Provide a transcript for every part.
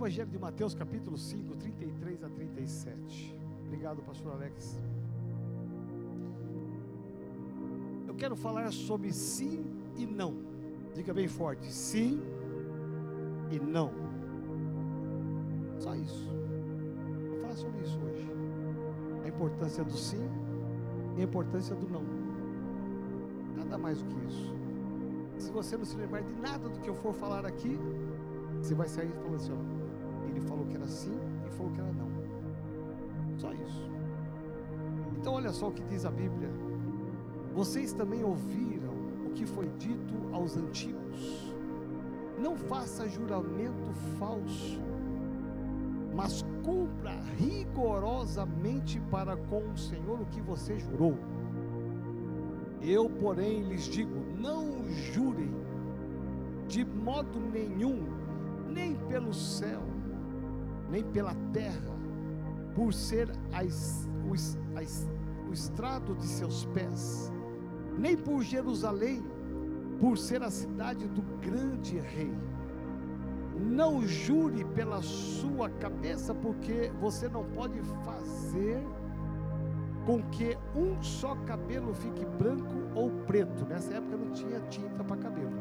Evangelho de Mateus, capítulo 5, 33 a 37. Obrigado, pastor Alex. Eu quero falar sobre sim e não. Diga bem forte: sim e não. Só isso. Vou falar sobre isso hoje. A importância do sim e a importância do não. Nada mais do que isso. Se você não se lembrar de nada do que eu for falar aqui, você vai sair falando assim, ó, ele falou que era sim e falou que era não. Só isso. Então olha só o que diz a Bíblia. Vocês também ouviram o que foi dito aos antigos: não faça juramento falso, mas cumpra rigorosamente para com o Senhor o que você jurou. Eu, porém, lhes digo: não jurem de modo nenhum, nem pelo céu, nem pela terra, por ser o estrado de seus pés, nem por Jerusalém, por ser a cidade do grande rei. Não jure pela sua cabeça, porque você não pode fazer com que um só cabelo fique branco ou preto. Nessa época não tinha tinta para cabelo.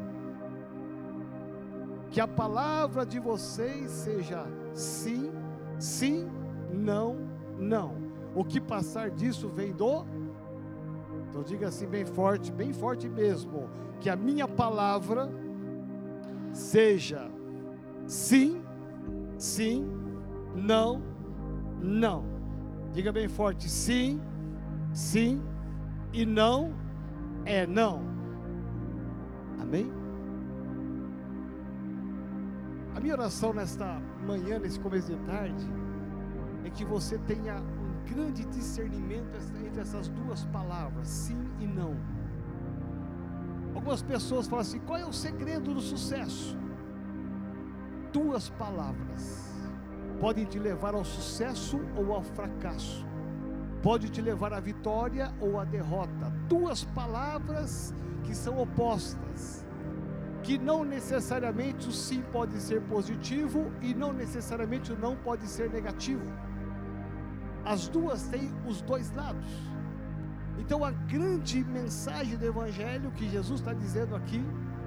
Que a palavra de vocês seja sim, sim, não, não. O que passar disso vem do... Então diga assim bem forte mesmo. Que a minha palavra seja sim, sim, não, não. Diga bem forte: sim, sim, e não é não. Amém? A minha oração nesta manhã, nesse começo de tarde, é que você tenha um grande discernimento entre essas duas palavras, sim e não. Algumas pessoas falam assim: qual é o segredo do sucesso? Duas palavras podem te levar ao sucesso ou ao fracasso, pode te levar à vitória ou à derrota. Duas palavras que são opostas, que não necessariamente o sim pode ser positivo e não necessariamente o não pode ser negativo. As duas têm os dois lados. Então a grande mensagem do Evangelho que Jesus está dizendo aqui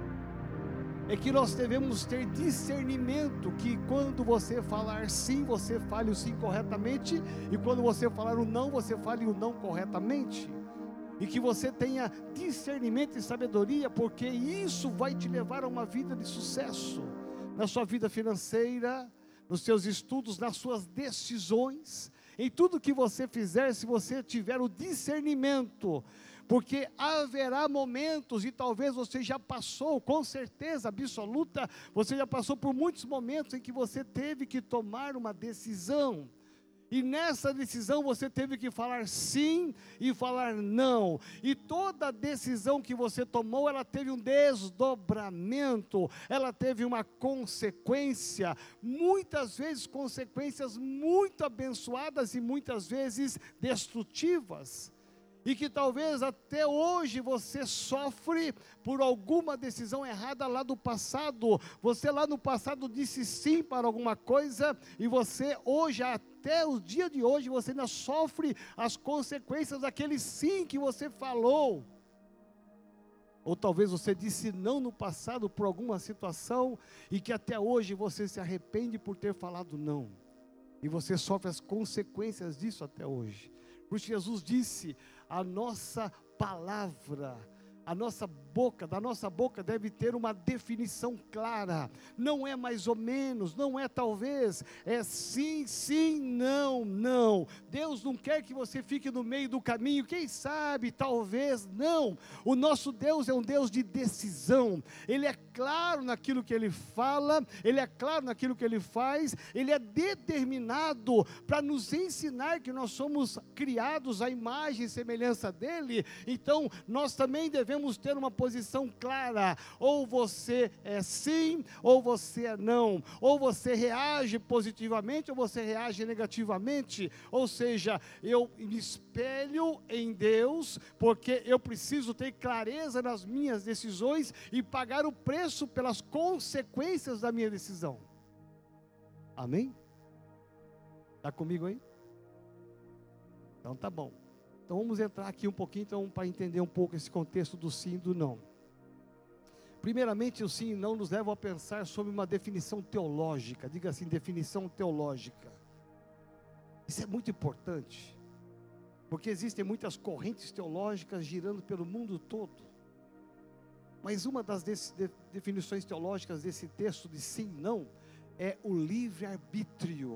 é que nós devemos ter discernimento, que quando você falar sim, você fale o sim corretamente, e quando você falar o não, você fale o não corretamente, e que você tenha discernimento e sabedoria, porque isso vai te levar a uma vida de sucesso, na sua vida financeira, nos seus estudos, nas suas decisões, em tudo que você fizer, se você tiver o discernimento, porque haverá momentos, e talvez você já passou, com certeza absoluta, você já passou por muitos momentos em que você teve que tomar uma decisão, e nessa decisão você teve que falar sim e falar não, e toda decisão que você tomou, ela teve um desdobramento, ela teve uma consequência, muitas vezes consequências muito abençoadas e muitas vezes destrutivas, e que talvez até hoje você sofre por alguma decisão errada lá do passado. Você lá no passado disse sim para alguma coisa, e você hoje, até o dia de hoje, você ainda sofre as consequências daquele sim que você falou. Ou talvez você disse não no passado por alguma situação, e que até hoje você se arrepende por ter falado não, e você sofre as consequências disso até hoje. Por isso Jesus disse: a nossa palavra, a nossa boca, da nossa boca deve ter uma definição clara, não é mais ou menos, não é talvez, é sim, sim, não, não. Deus não quer que você fique no meio do caminho, quem sabe, talvez, não. O nosso Deus é um Deus de decisão, Ele é claro naquilo que Ele fala, Ele é claro naquilo que Ele faz, Ele é determinado para nos ensinar que nós somos criados à imagem e semelhança dEle. Então nós também devemos ter uma posição clara: ou você é sim, ou você é não, ou você reage positivamente, ou você reage negativamente. Ou seja, eu me espelho em Deus, porque eu preciso ter clareza nas minhas decisões e pagar o preço pelas consequências da minha decisão. Amém? Está comigo aí? Então tá bom. Então vamos entrar aqui um pouquinho para entender um pouco esse contexto do sim e do não. Primeiramente, o sim e não nos levam a pensar sobre uma definição teológica. Diga assim, definição teológica. Isso é muito importante, porque existem muitas correntes teológicas girando pelo mundo todo. Mas uma das definições teológicas desse texto de sim e não é o livre-arbítrio.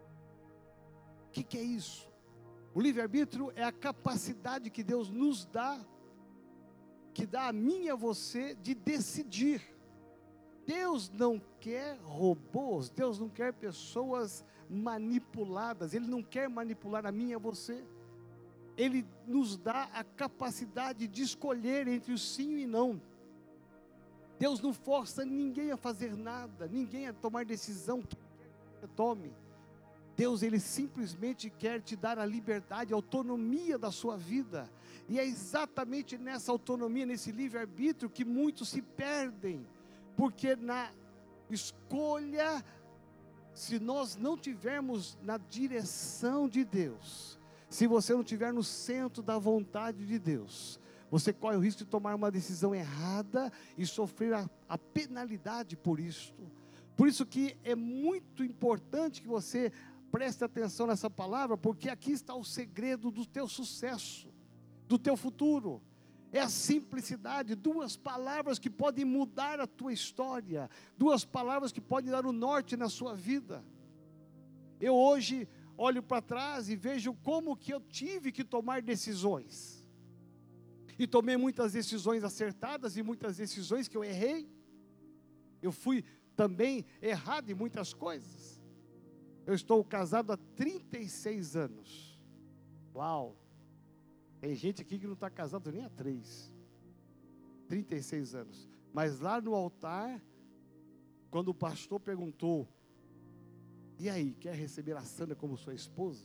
O que é isso? O livre-arbítrio é a capacidade que Deus nos dá, que dá a mim e a você, de decidir. Deus não quer robôs, Deus não quer pessoas manipuladas, Ele não quer manipular a mim e a você. Ele nos dá a capacidade de escolher entre o sim e não. Deus não força ninguém a fazer nada, ninguém a tomar decisão que Ele quer que você tome. Deus, Ele simplesmente quer te dar a liberdade, a autonomia da sua vida. E é exatamente nessa autonomia, nesse livre-arbítrio, que muitos se perdem. Porque na escolha, se nós não tivermos na direção de Deus, se você não estiver no centro da vontade de Deus, você corre o risco de tomar uma decisão errada e sofrer a penalidade por isto. Por isso que é muito importante que você preste atenção nessa palavra, porque aqui está o segredo do teu sucesso, do teu futuro. É a simplicidade, duas palavras que podem mudar a tua história, duas palavras que podem dar o norte na sua vida. Eu hoje olho para trás e vejo como que eu tive que tomar decisões, e tomei muitas decisões acertadas e muitas decisões que eu errei. Eu fui também errado em muitas coisas. Eu estou casado há 36 anos. Uau! Tem gente aqui que não está casado nem há 36 anos. Mas lá no altar, quando o pastor perguntou: e aí, quer receber a Sandra como sua esposa?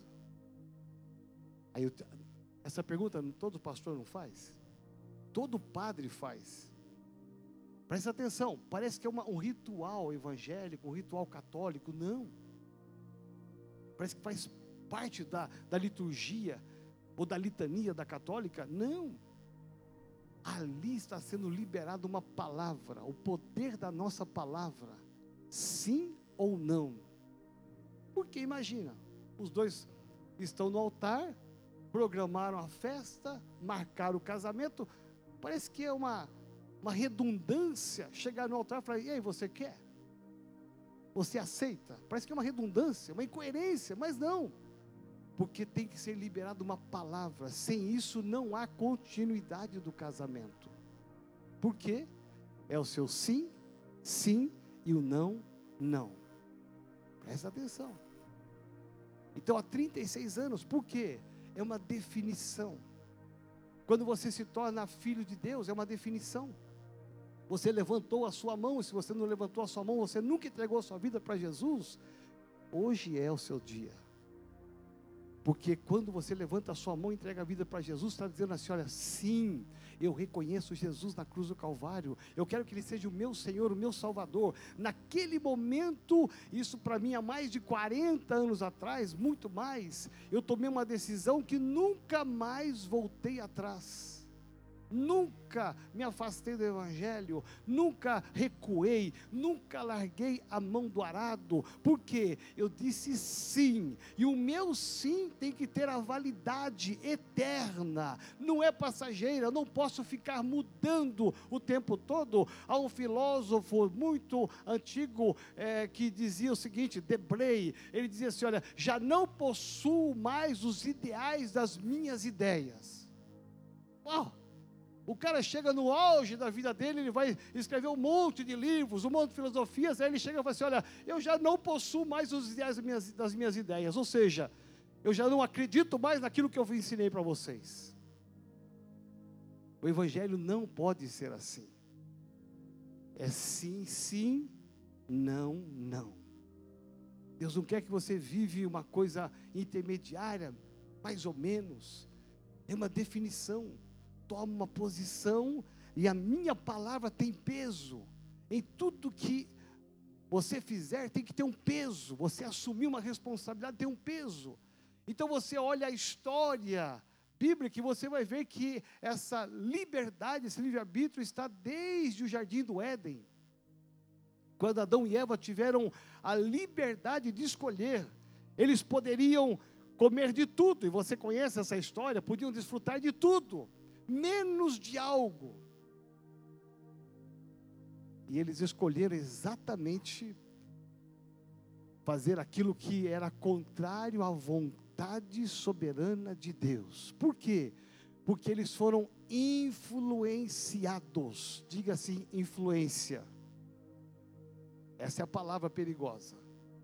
Aí essa pergunta todo pastor não faz? Todo padre faz. Presta atenção, parece que é um ritual evangélico, um ritual católico. Não. Parece que faz parte da liturgia ou da litania da católica. Não. Ali está sendo liberada uma palavra, o poder da nossa palavra, sim ou não. Porque imagina, os dois estão no altar, programaram a festa, marcaram o casamento. Parece que é uma redundância chegar no altar e falar: e aí, você quer? Você aceita? Parece que é uma redundância, uma incoerência, mas não, porque tem que ser liberada uma palavra. Sem isso não há continuidade do casamento. Por quê? É o seu sim, sim, e o não, não. Presta atenção. Então há 36 anos, por quê? É uma definição. Quando você se torna filho de Deus, é uma definição. Você levantou a sua mão, e se você não levantou a sua mão, você nunca entregou a sua vida para Jesus, hoje é o seu dia. Porque quando você levanta a sua mão e entrega a vida para Jesus, está dizendo assim: olha, sim, eu reconheço Jesus na cruz do Calvário, eu quero que Ele seja o meu Senhor, o meu Salvador. Naquele momento, isso para mim há mais de 40 anos atrás, muito mais, eu tomei uma decisão que nunca mais voltei atrás. Nunca me afastei do Evangelho, nunca recuei, nunca larguei a mão do arado, porque eu disse sim, e o meu sim tem que ter a validade eterna, não é passageira. Eu não posso ficar mudando o tempo todo. Há um filósofo muito antigo que dizia o seguinte, Debré, ele dizia assim: olha, já não possuo mais os ideais das minhas ideias. Uau! O cara chega no auge da vida dele, ele vai escrever um monte de livros, um monte de filosofias, aí ele chega e fala assim: olha, eu já não possuo mais os ideais das minhas ideias, ou seja, eu já não acredito mais naquilo que eu ensinei para vocês. O Evangelho não pode ser assim. É sim, sim, não, não. Deus não quer que você vive uma coisa intermediária, mais ou menos. É uma definição. Toma uma posição, e a minha palavra tem peso em tudo que você fizer, tem que ter um peso. Você assumir uma responsabilidade tem um peso. Então você olha a história bíblica e você vai ver que essa liberdade, esse livre-arbítrio está desde o jardim do Éden. Quando Adão e Eva tiveram a liberdade de escolher, eles poderiam comer de tudo, e você conhece essa história, podiam desfrutar de tudo, menos de algo. E eles escolheram exatamente fazer aquilo que era contrário à vontade soberana de Deus. Por quê? Porque eles foram influenciados. Diga assim, influência. Essa é a palavra perigosa.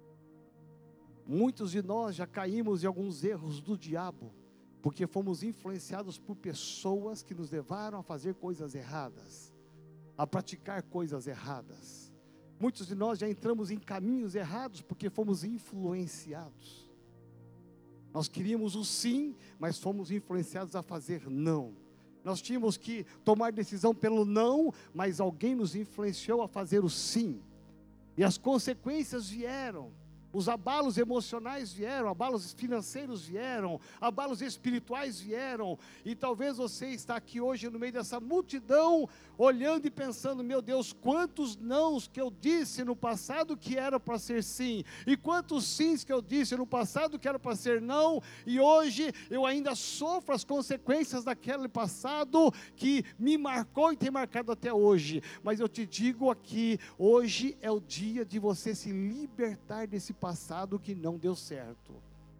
Muitos de nós já caímos em alguns erros do diabo, porque fomos influenciados por pessoas que nos levaram a fazer coisas erradas, a praticar coisas erradas. Muitos de nós já entramos em caminhos errados, porque fomos influenciados. Nós queríamos o sim, mas fomos influenciados a fazer não. Nós tínhamos que tomar decisão pelo não, mas alguém nos influenciou a fazer o sim. E as consequências vieram. Os abalos emocionais vieram, abalos financeiros vieram, abalos espirituais vieram, e talvez você está aqui hoje no meio dessa multidão, olhando e pensando, meu Deus, quantos nãos que eu disse no passado que era para ser sim, e quantos sims que eu disse no passado que era para ser não, e hoje eu ainda sofro as consequências daquele passado que me marcou e tem marcado até hoje. Mas eu te digo aqui, hoje é o dia de você se libertar desse passado que não deu certo.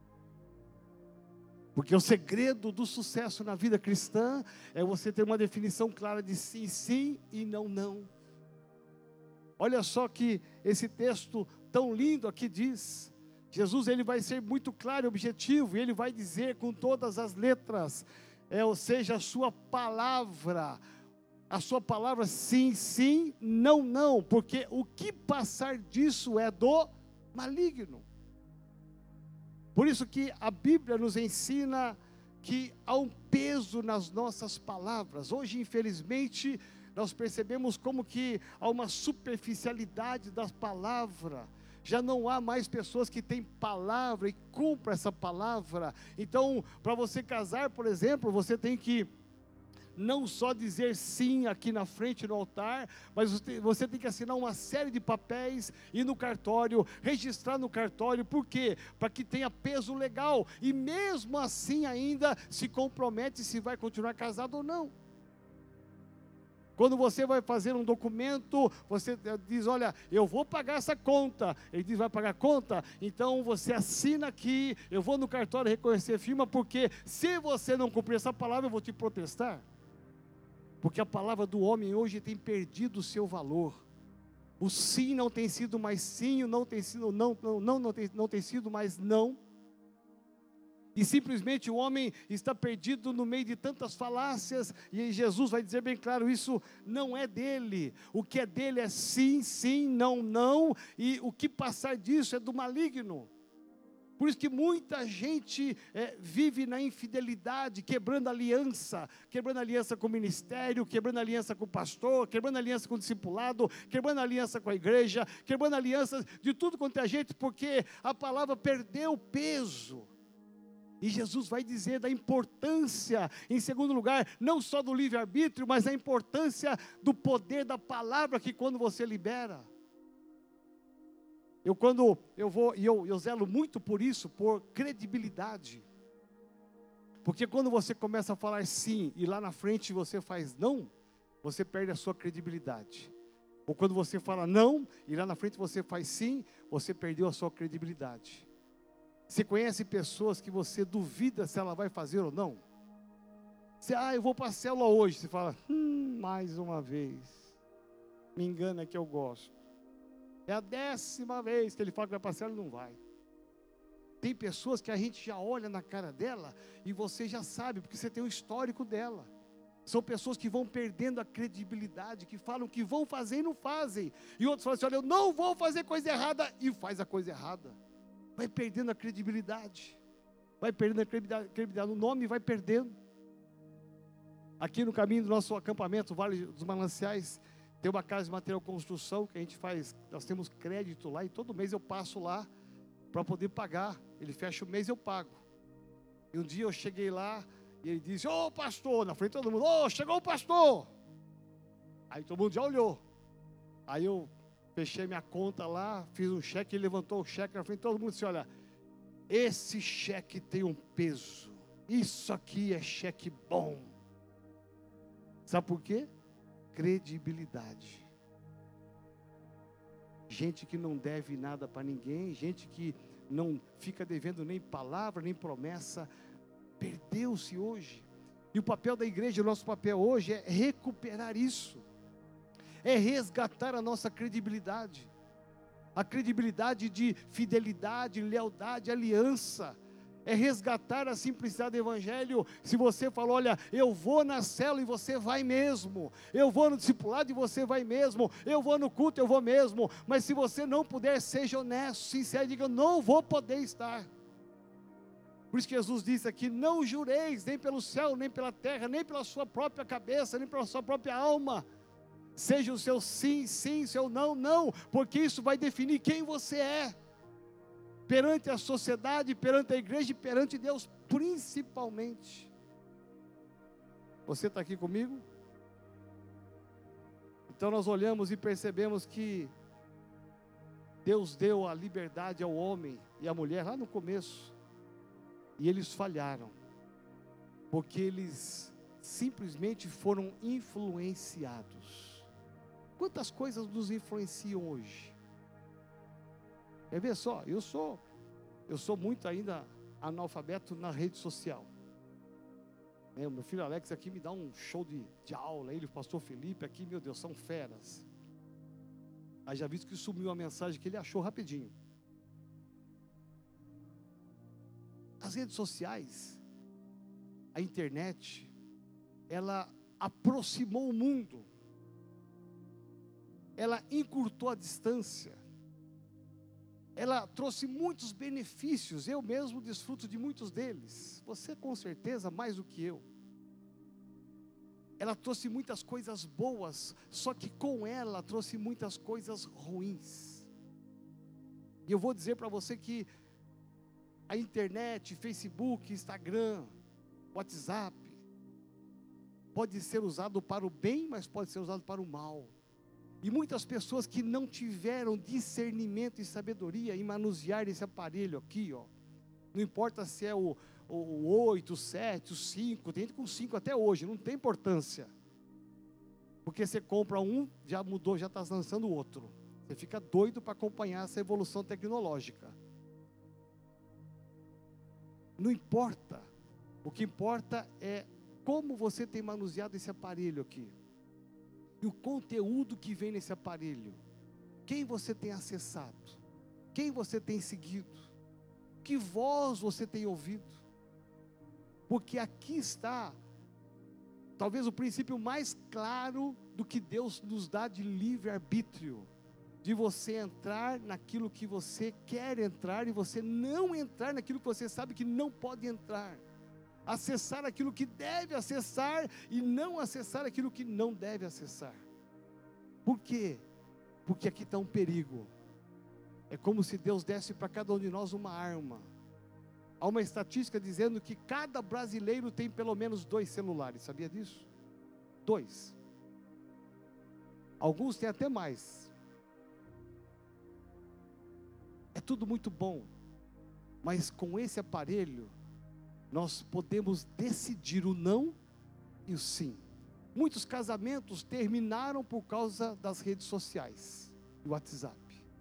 Porque o segredo do sucesso na vida cristã é você ter uma definição clara de sim, sim e não, não. Olha só que esse texto tão lindo aqui diz, Jesus ele vai ser muito claro e objetivo, e ele vai dizer com todas as letras, ou seja, a sua palavra sim, sim, não, não, porque o que passar disso é do maligno. Por isso que a Bíblia nos ensina que há um peso nas nossas palavras. Hoje, infelizmente, nós percebemos como que há uma superficialidade da palavra. Já não há mais pessoas que têm palavra e cumprem essa palavra. Então, para você casar, por exemplo, você tem que não só dizer sim aqui na frente no altar, mas você tem que assinar uma série de papéis, ir no cartório, registrar no cartório. Por quê? Para que tenha peso legal, e mesmo assim ainda se compromete se vai continuar casado ou não. Quando você vai fazer um documento, você diz, olha, eu vou pagar essa conta. Ele diz, vai pagar a conta? Então você assina aqui, eu vou no cartório reconhecer firma, porque se você não cumprir essa palavra, eu vou te protestar. Porque a palavra do homem hoje tem perdido o seu valor. O sim não tem sido mais sim, o não tem sido não tem sido mais não. E simplesmente o homem está perdido no meio de tantas falácias, e Jesus vai dizer bem claro, isso não é dele. O que é dele é sim, sim, não, não, e o que passar disso é do maligno. Por isso que muita gente vive na infidelidade, quebrando aliança com o ministério, quebrando aliança com o pastor, quebrando aliança com o discipulado, quebrando aliança com a igreja, quebrando alianças de tudo quanto é gente, porque a palavra perdeu peso. E Jesus vai dizer da importância, em segundo lugar, não só do livre-arbítrio, mas a importância do poder da palavra que quando você libera. Quando eu vou, e eu zelo muito por isso, por credibilidade. Porque quando você começa a falar sim, e lá na frente você faz não, você perde a sua credibilidade. Ou quando você fala não, e lá na frente você faz sim, você perdeu a sua credibilidade. Você conhece pessoas que você duvida se ela vai fazer ou não? Você, eu vou para a célula hoje. Você fala, mais uma vez, me engana que eu gosto. É a 10ª vez que ele fala que vai para a célula e não vai. Tem pessoas que a gente já olha na cara dela e você já sabe, porque você tem o histórico dela. São pessoas que vão perdendo a credibilidade, que falam que vão fazer e não fazem. E outros falam assim, olha, eu não vou fazer coisa errada, e faz a coisa errada. Vai perdendo a credibilidade. Vai perdendo a credibilidade, o nome vai perdendo. Aqui no caminho do nosso acampamento, Vale dos Mananciais, Tem uma casa de material de construção que a gente faz, nós temos crédito lá e todo mês eu passo lá para poder pagar. Ele fecha o mês e eu pago. E um dia eu cheguei lá e ele disse: ô pastor, na frente de todo mundo, ô, chegou o pastor. Aí todo mundo já olhou. Aí eu fechei minha conta lá, fiz um cheque, ele levantou o cheque na frente de todo mundo e disse: olha, esse cheque tem um peso, isso aqui é cheque bom. Sabe por quê? Credibilidade. Gente que não deve nada para ninguém, gente que não fica devendo nem palavra, nem promessa, perdeu-se hoje. E o papel da igreja, o nosso papel hoje é recuperar isso, é resgatar a nossa credibilidade, a credibilidade de fidelidade, lealdade, aliança, é resgatar a simplicidade do evangelho. Se você falou: olha, eu vou na célula e você vai mesmo, eu vou no discipulado e você vai mesmo, eu vou no culto, eu vou mesmo, mas se você não puder, seja honesto, sincero, diga: eu não vou poder estar. Por isso que Jesus disse aqui: não jureis nem pelo céu, nem pela terra, nem pela sua própria cabeça, nem pela sua própria alma. Seja o seu sim, sim, seu não, não, porque isso vai definir quem você é perante a sociedade, perante a igreja e perante Deus, principalmente. Você está aqui comigo? Então nós olhamos e percebemos que Deus deu a liberdade ao homem e à mulher lá no começo, e eles falharam, porque eles simplesmente foram influenciados. Quantas coisas nos influenciam hoje? Quer ver só, eu sou muito ainda analfabeto na rede social. O meu filho Alex aqui me dá um show de aula, ele, o pastor Felipe aqui, meu Deus, são feras. Aí já visto que sumiu a mensagem que ele achou rapidinho. As redes sociais, a internet, ela aproximou o mundo, ela encurtou a distância, ela trouxe muitos benefícios, eu mesmo desfruto de muitos deles, você com certeza mais do que eu. Ela trouxe muitas coisas boas, só que com ela trouxe muitas coisas ruins. E eu vou dizer para você que a internet, Facebook, Instagram, WhatsApp, pode ser usado para o bem, mas pode ser usado para o mal. E muitas pessoas que não tiveram discernimento e sabedoria em manusear esse aparelho aqui, ó. Não importa se é o 8, o 7, o 5, tem gente com 5 até hoje, não tem importância. Porque você compra um, já mudou, já está lançando o outro. Você fica doido para acompanhar essa evolução tecnológica. Não importa, o que importa é como você tem manuseado esse aparelho aqui. E o conteúdo que vem nesse aparelho, quem você tem acessado, quem você tem seguido, que voz você tem ouvido, porque aqui está, talvez o princípio mais claro do que Deus nos dá de livre-arbítrio, de você entrar naquilo que você quer entrar, e você não entrar naquilo que você sabe que não pode entrar, acessar aquilo que deve acessar, e não acessar aquilo que não deve acessar. Por quê? Porque aqui está um perigo. É como se Deus desse para cada um de nós uma arma. Há uma estatística dizendo que cada brasileiro tem pelo menos 2 celulares, sabia disso? 2. Alguns têm até mais. É tudo muito bom, mas com esse aparelho, nós podemos decidir o não e o sim. Muitos casamentos terminaram por causa das redes sociais, do WhatsApp.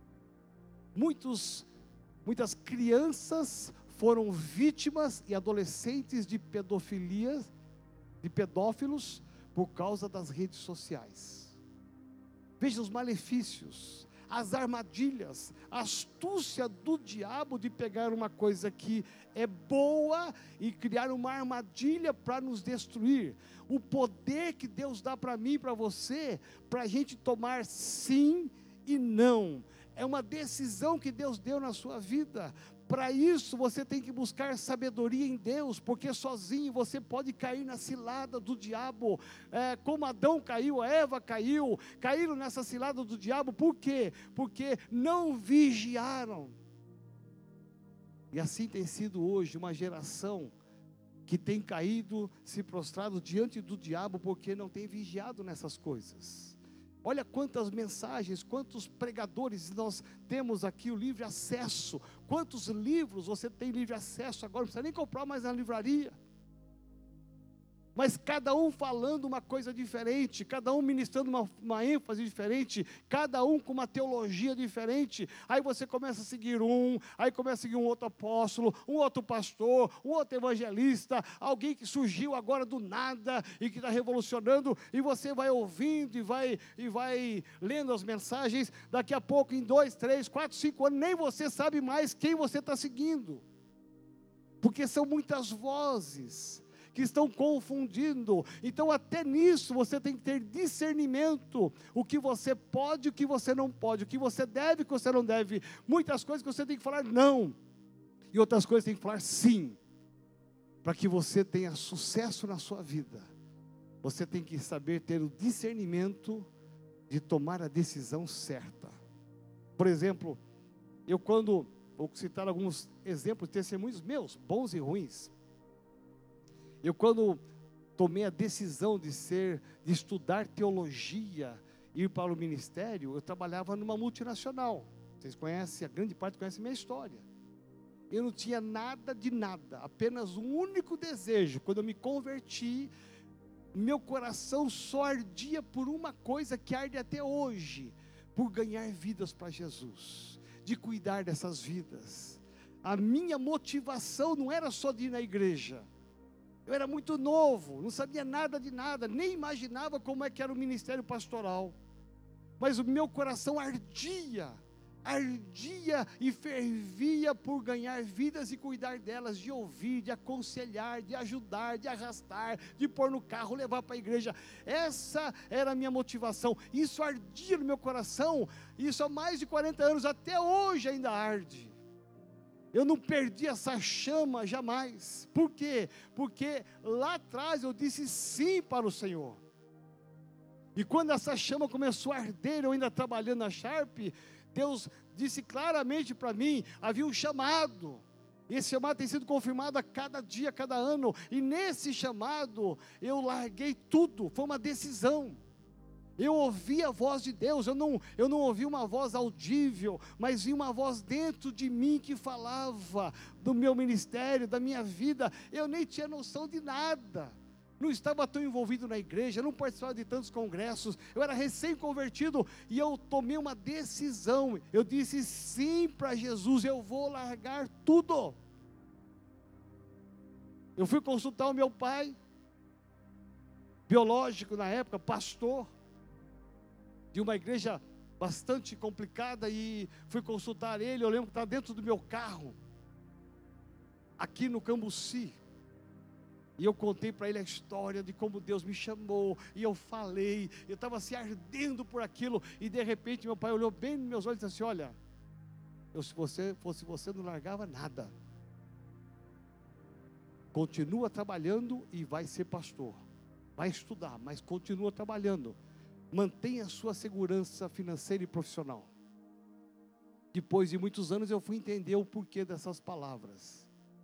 Muitas crianças foram vítimas e adolescentes de pedofilia, de pedófilos, por causa das redes sociais. Veja os malefícios, as armadilhas, a astúcia do diabo de pegar uma coisa que é boa e criar uma armadilha para nos destruir. O poder que Deus dá para mim e para você, para a gente tomar sim e não, é uma decisão que Deus deu na sua vida. para isso você tem que buscar sabedoria em Deus, porque sozinho você pode cair na cilada do diabo, como Adão caiu, Eva caiu, caíram nessa cilada do diabo. Por quê? Porque não vigiaram. E assim tem sido hoje uma geração que tem caído, se prostrado diante do diabo, porque não tem vigiado nessas coisas. Olha quantas mensagens, quantos pregadores nós temos aqui, o livre acesso. Quantos livros você tem livre acesso agora, não precisa nem comprar mais na livraria. Mas cada um falando uma coisa diferente, cada um ministrando uma ênfase diferente, cada um com uma teologia diferente. Aí você começa a seguir aí começa a seguir um outro apóstolo, um outro pastor, um outro evangelista, alguém que surgiu agora do nada e que está revolucionando, e você vai ouvindo e vai lendo as mensagens. Daqui a pouco, em 2, 3, 4, 5 anos, nem você sabe mais quem você está seguindo, porque são muitas vozes que estão confundindo. Então até nisso você tem que ter discernimento, o que você pode, o que você não pode, o que você deve, o que você não deve. Muitas coisas que você tem que falar não, e outras coisas tem que falar sim, para que você tenha sucesso na sua vida. Você tem que saber ter o discernimento de tomar a decisão certa. Por exemplo, vou citar alguns exemplos de testemunhos meus, bons e ruins. Eu, quando tomei a decisão de estudar teologia, ir para o ministério, eu trabalhava numa multinacional. Vocês conhecem, a grande parte conhece a minha história. Eu não tinha nada de nada, apenas um único desejo. Quando eu me converti, meu coração só ardia por uma coisa que arde até hoje, por ganhar vidas para Jesus, de cuidar dessas vidas. A minha motivação não era só de ir na igreja. Eu era muito novo, não sabia nada de nada, nem imaginava como é que era o ministério pastoral. Mas o meu coração ardia e fervia por ganhar vidas e cuidar delas, de ouvir, de aconselhar, de ajudar, de arrastar, de pôr no carro, levar para a igreja. Essa era a minha motivação. Isso ardia no meu coração, isso há mais de 40 anos, até hoje ainda arde. Eu não perdi essa chama jamais. Por quê? Porque lá atrás eu disse sim para o Senhor. E quando essa chama começou a arder, eu ainda trabalhando na Sharp, Deus disse claramente para mim, havia um chamado. Esse chamado tem sido confirmado a cada dia, a cada ano. E nesse chamado, eu larguei tudo, foi uma decisão. Eu ouvi a voz de Deus, eu não ouvi uma voz audível, mas vi uma voz dentro de mim que falava do meu ministério, da minha vida. Eu nem tinha noção de nada, não estava tão envolvido na igreja, não participava de tantos congressos, eu era recém-convertido, e eu tomei uma decisão, eu disse sim para Jesus, eu vou largar tudo. Eu fui consultar o meu pai, biológico na época, pastor, de uma igreja bastante complicada, e fui consultar ele. Eu lembro que estava dentro do meu carro, aqui no Cambuci, e eu contei para ele a história de como Deus me chamou, e eu falei, eu estava assim ardendo por aquilo, e de repente meu pai olhou bem nos meus olhos e disse assim: olha, se você fosse você, não largava nada, continua trabalhando e vai ser pastor, vai estudar, mas continua trabalhando, mantenha a sua segurança financeira e profissional. Depois de muitos anos eu fui entender o porquê dessas palavras,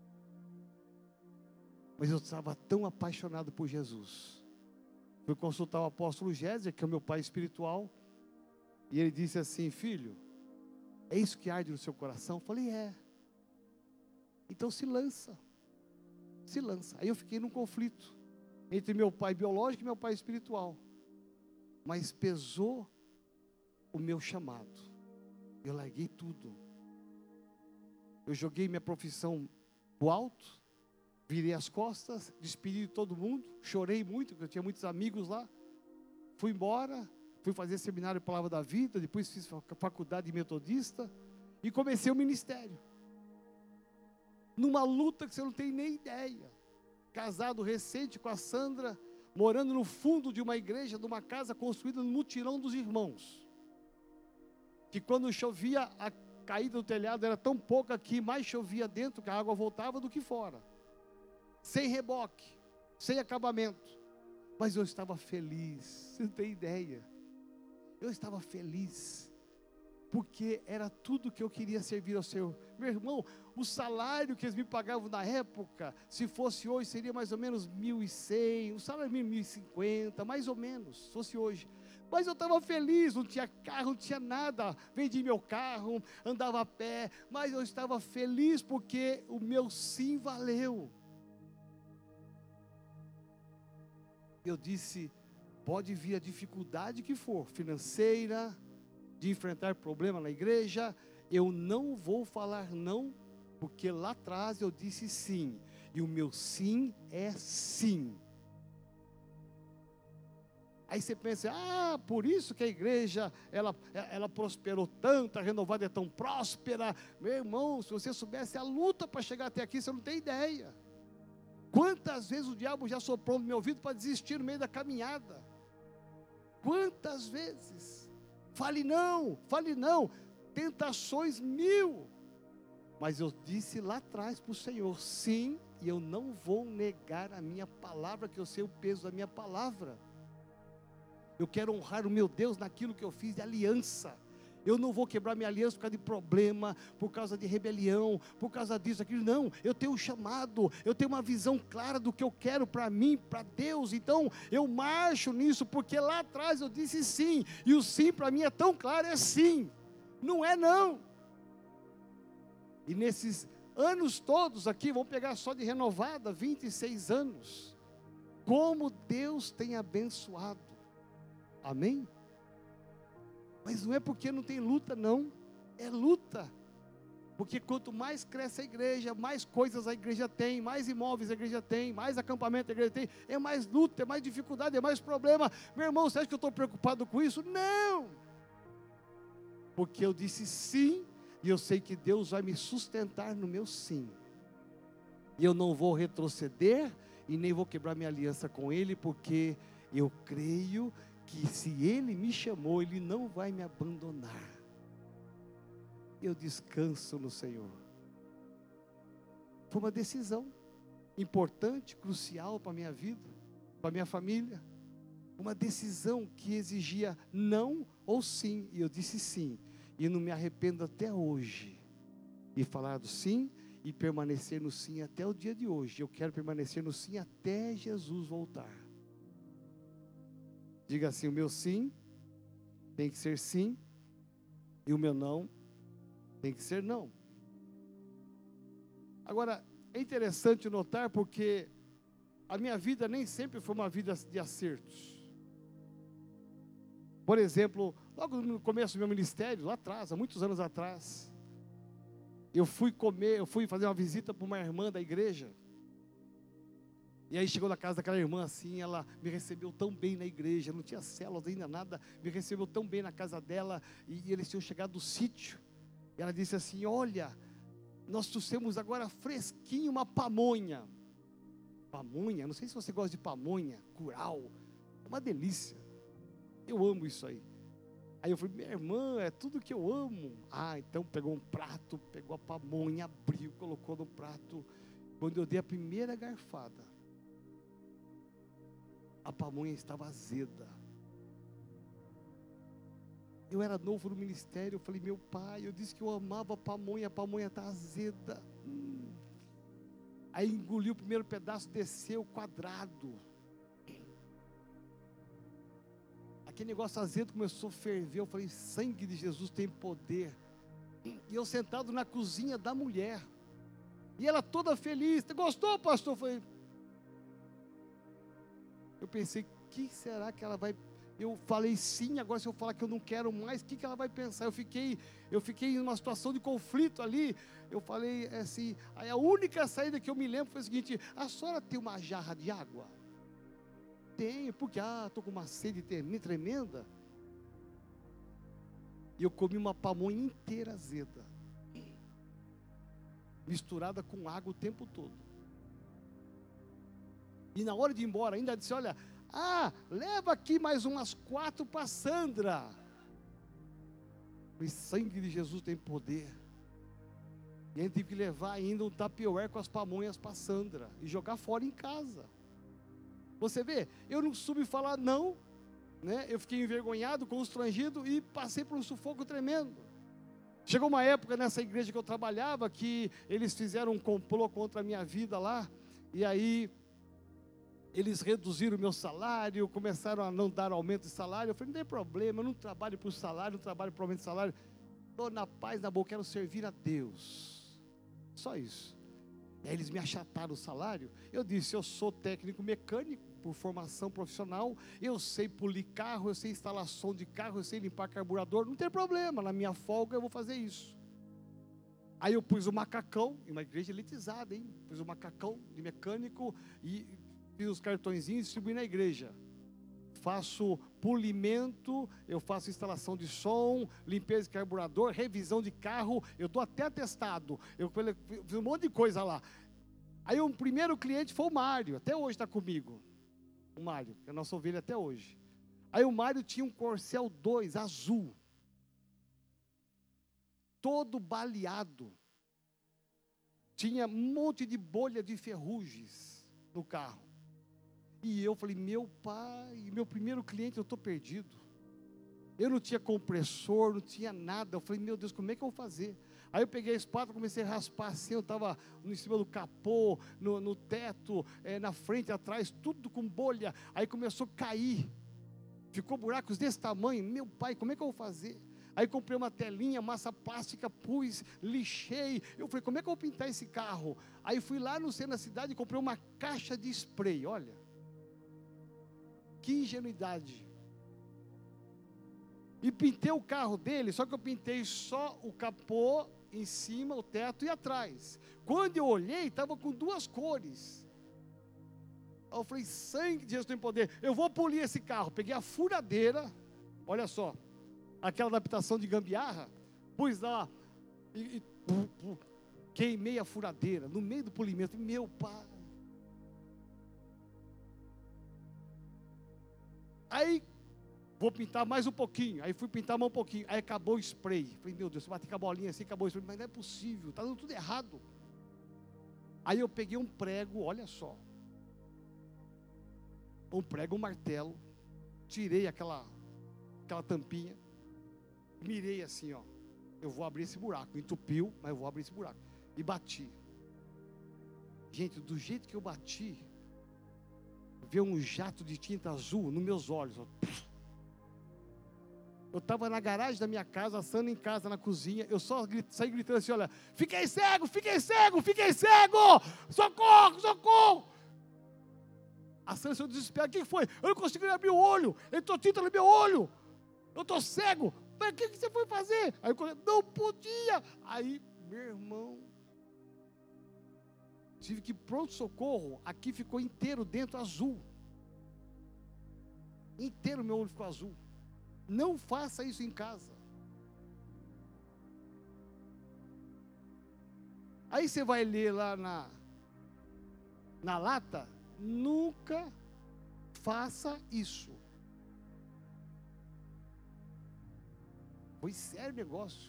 mas eu estava tão apaixonado por Jesus. Fui consultar o apóstolo Géser, que é o meu pai espiritual, e ele disse assim: filho, é isso que arde no seu coração? Eu falei: é. Então se lança. Aí eu fiquei num conflito entre meu pai biológico e meu pai espiritual, mas pesou o meu chamado. Eu larguei tudo, eu joguei minha profissão pro alto, virei as costas, despedi de todo mundo, chorei muito, porque eu tinha muitos amigos lá, fui embora, fui fazer seminário de Palavra da Vida, depois fiz faculdade de metodista, e comecei o ministério, numa luta que você não tem nem ideia, casado recente com a Sandra, morando no fundo de uma igreja, de uma casa construída no mutirão dos irmãos, que quando chovia, caída do telhado era tão pouca que mais chovia dentro, que a água voltava do que fora. Sem reboque, sem acabamento. Mas eu estava feliz, você não tem ideia. Eu estava feliz, porque era tudo que eu queria servir ao Senhor. Meu irmão, o salário que eles me pagavam na época, se fosse hoje, seria mais ou menos 1.100, o salário mínimo 1.050, mais ou menos, se fosse hoje. Mas eu estava feliz, não tinha carro, não tinha nada, vendi meu carro, andava a pé, mas eu estava feliz porque o meu sim valeu. Eu disse, pode vir a dificuldade que for, financeira, de enfrentar problema na igreja, eu não vou falar não, porque lá atrás eu disse sim, e o meu sim é sim. Aí você pensa, por isso que a igreja, ela prosperou tanto, a Renovada é tão próspera. Meu irmão, se você soubesse a luta para chegar até aqui, você não tem ideia. Quantas vezes o diabo já soprou no meu ouvido para desistir no meio da caminhada? Quantas vezes? Fale não, tentações 1000. Mas eu disse lá atrás para o Senhor, sim, e eu não vou negar a minha palavra, que eu sei o peso da minha palavra. Eu quero honrar o meu Deus naquilo que eu fiz de aliança. Eu não vou quebrar minha aliança por causa de problema, por causa de rebelião, por causa disso, aquilo. Não, eu tenho um chamado, eu tenho uma visão clara do que eu quero para mim, para Deus. Então, eu marcho nisso, porque lá atrás eu disse sim. E o sim para mim é tão claro, é sim. Não é não. E nesses anos todos aqui, vamos pegar só de Renovada, 26 anos. Como Deus tem abençoado. Amém? Mas não é porque não tem luta não, é luta, porque quanto mais cresce a igreja, mais coisas a igreja tem, mais imóveis a igreja tem, mais acampamento a igreja tem, é mais luta, é mais dificuldade, é mais problema. Meu irmão, você acha que eu estou preocupado com isso? Não, porque eu disse sim, e eu sei que Deus vai me sustentar no meu sim, e eu não vou retroceder, e nem vou quebrar minha aliança com Ele, porque eu creio que se Ele me chamou, Ele não vai me abandonar. Eu descanso no Senhor. Foi uma decisão importante, crucial para a minha vida, para a minha família. Uma decisão que exigia não ou sim, e eu disse sim. E não me arrependo até hoje de falar do sim e permanecer no sim até o dia de hoje. Eu quero permanecer no sim até Jesus voltar. Diga assim, o meu sim tem que ser sim, e o meu não tem que ser não. Agora, é interessante notar, porque a minha vida nem sempre foi uma vida de acertos. Por exemplo, logo no começo do meu ministério, lá atrás, há muitos anos atrás, eu fui fazer uma visita para uma irmã da igreja. E aí chegou na casa daquela irmã assim, ela me recebeu tão bem na igreja, não tinha células ainda nada, me recebeu tão bem na casa dela, e eles tinham chegado do sítio, e ela disse assim, olha, nós trouxemos agora fresquinho uma pamonha, não sei se você gosta de pamonha, curau, é uma delícia, eu amo isso aí. Aí eu falei, minha irmã, é tudo que eu amo. Então pegou um prato, pegou a pamonha, abriu, colocou no prato. Quando eu dei a primeira garfada, a pamonha estava azeda. Eu era novo no ministério, eu falei, meu pai, eu disse que eu amava a pamonha está azeda. Aí engoliu o primeiro pedaço, desceu quadrado. Aquele negócio azedo começou a ferver, eu falei, sangue de Jesus tem poder. E eu sentado na cozinha da mulher, e ela toda feliz, gostou, pastor? Eu pensei, o que será que ela vai... Eu falei sim, agora se eu falar que eu não quero mais, o que ela vai pensar? Eu fiquei em uma situação de conflito ali. Eu falei assim, aí a única saída que eu me lembro foi o seguinte, a senhora tem uma jarra de água? Tenho, porque estou com uma sede tremenda. E eu comi uma pamonha inteira azeda, misturada com água o tempo todo. E na hora de ir embora, ainda disse, olha, leva aqui mais umas 4 para Sandra. O sangue de Jesus tem poder. E a gente teve que levar ainda um tapioé com as pamonhas para Sandra e jogar fora em casa. Você vê, eu não soube falar não, né? Eu fiquei envergonhado, constrangido e passei por um sufoco tremendo. Chegou uma época nessa igreja que eu trabalhava que eles fizeram um complô contra a minha vida lá, e aí eles reduziram o meu salário, começaram a não dar aumento de salário. Eu falei, não tem problema, eu não trabalho por salário, não trabalho por aumento de salário, estou na paz, na boa, quero servir a Deus. Só isso. E aí eles me achataram o salário. Eu disse, eu sou técnico mecânico por formação profissional, eu sei polir carro, eu sei instalação de carro, eu sei limpar carburador, não tem problema, na minha folga eu vou fazer isso. Aí eu pus o macacão, em uma igreja elitizada, hein? Pus o macacão de mecânico e fiz os cartõezinhos e distribuí na igreja. Faço polimento, eu faço instalação de som, limpeza de carburador, revisão de carro, eu dou até atestado, eu fiz um monte de coisa lá. Aí o primeiro cliente foi o Mário, até hoje está comigo, o Mário, que é a nossa ovelha até hoje. Aí o Mário tinha um Corcel 2 azul, todo baleado, tinha um monte de bolha de ferrugens no carro. E eu falei, meu pai, meu primeiro cliente, eu estou perdido. Eu não tinha compressor, não tinha nada. Eu falei, meu Deus, como é que eu vou fazer? Aí eu peguei a espátula, comecei a raspar assim, eu estava em cima do capô, no teto, na frente, atrás, tudo com bolha. Aí começou a cair, ficou buracos desse tamanho. Meu pai, como é que eu vou fazer? Aí comprei uma telinha, massa plástica, pus, lixei. Eu falei, como é que eu vou pintar esse carro? Aí fui lá no centro da cidade e comprei uma caixa de spray, olha. Que ingenuidade. E pintei o carro dele, só que eu pintei só o capô em cima, o teto e atrás. Quando eu olhei, estava com duas cores. Aí eu falei, sangue de Jesus tem poder, eu vou polir esse carro. Peguei a furadeira, olha só, aquela adaptação de gambiarra, pus lá e queimei a furadeira no meio do polimento. Meu pai. Aí, vou pintar mais um pouquinho. Aí fui pintar mais um pouquinho. Aí acabou o spray. Falei, meu Deus, eu bati com a bolinha assim, acabou o spray. Mas não é possível, está dando tudo errado. Aí eu peguei um prego, olha só. Um prego, um martelo. Tirei aquela tampinha. Mirei assim, ó. Eu vou abrir esse buraco. Entupiu, mas eu vou abrir esse buraco. E bati. Gente, do jeito que eu bati, veio um jato de tinta azul nos meus olhos. Eu estava na garagem da minha casa, assando em casa, na cozinha. Eu só saí gritando assim, olha, fiquei cego, fiquei cego, fiquei cego, socorro, socorro. Assando seu desespero, o que foi? Eu não consigo abrir o olho, entrou tinta no meu olho, eu estou cego. Mas o que você foi fazer? Aí eu não podia. Aí, meu irmão, tive que ir pronto-socorro, aqui ficou inteiro dentro azul. Inteiro meu olho ficou azul. Não faça isso em casa. Aí você vai ler lá na lata, nunca faça isso. Foi sério o negócio.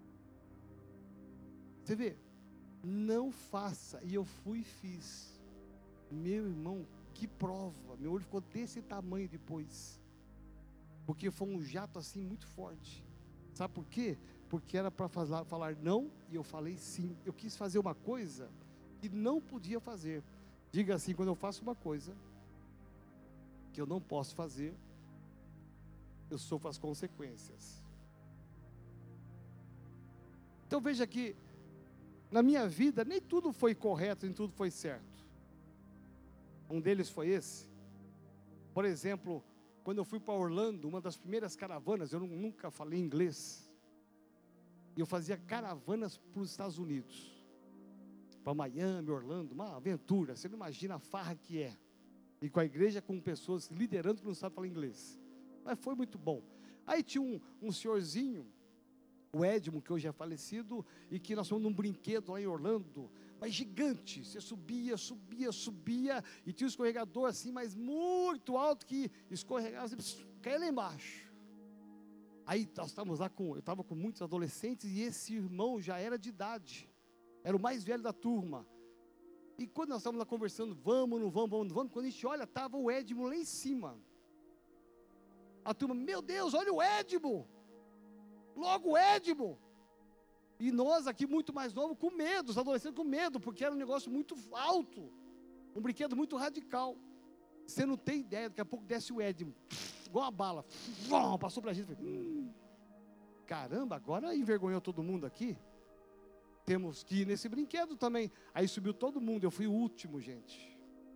Você vê? Não faça. E eu fui e fiz. Meu irmão, que prova. Meu olho ficou desse tamanho depois. Porque foi um jato assim muito forte. Sabe por quê? Porque era para falar não e eu falei sim. Eu quis fazer uma coisa que não podia fazer. Diga assim, quando eu faço uma coisa que eu não posso fazer, eu sofro as consequências. Então veja que na minha vida, nem tudo foi correto, nem tudo foi certo. Um deles foi esse. Por exemplo, quando eu fui para Orlando, uma das primeiras caravanas, eu nunca falei inglês. E eu fazia caravanas para os Estados Unidos. Para Miami, Orlando, uma aventura. Você não imagina a farra que é. E com a igreja, com pessoas liderando que não sabem falar inglês. Mas foi muito bom. Aí tinha um senhorzinho, o Edmo, que hoje é falecido, e que nós fomos num brinquedo lá em Orlando, mas gigante, você subia, e tinha um escorregador assim, mas muito alto, que escorregava, você caía lá embaixo. Aí nós estávamos lá eu estava com muitos adolescentes e esse irmão já era de idade. Era o mais velho da turma. E quando nós estávamos lá conversando, vamos, não vamos, vamos, não vamos, quando a gente olha, estava o Edmo lá em cima. A turma, meu Deus, olha o Edmo. Logo o Edmo. E nós aqui muito mais novos com medo, os adolescentes com medo, porque era um negócio muito alto. Um brinquedo muito radical. Você não tem ideia, daqui a pouco desce o Edmo. Igual uma bala. Passou pra gente. Caramba, agora envergonhou todo mundo aqui. Temos que ir nesse brinquedo também. Aí subiu todo mundo, eu fui o último, gente.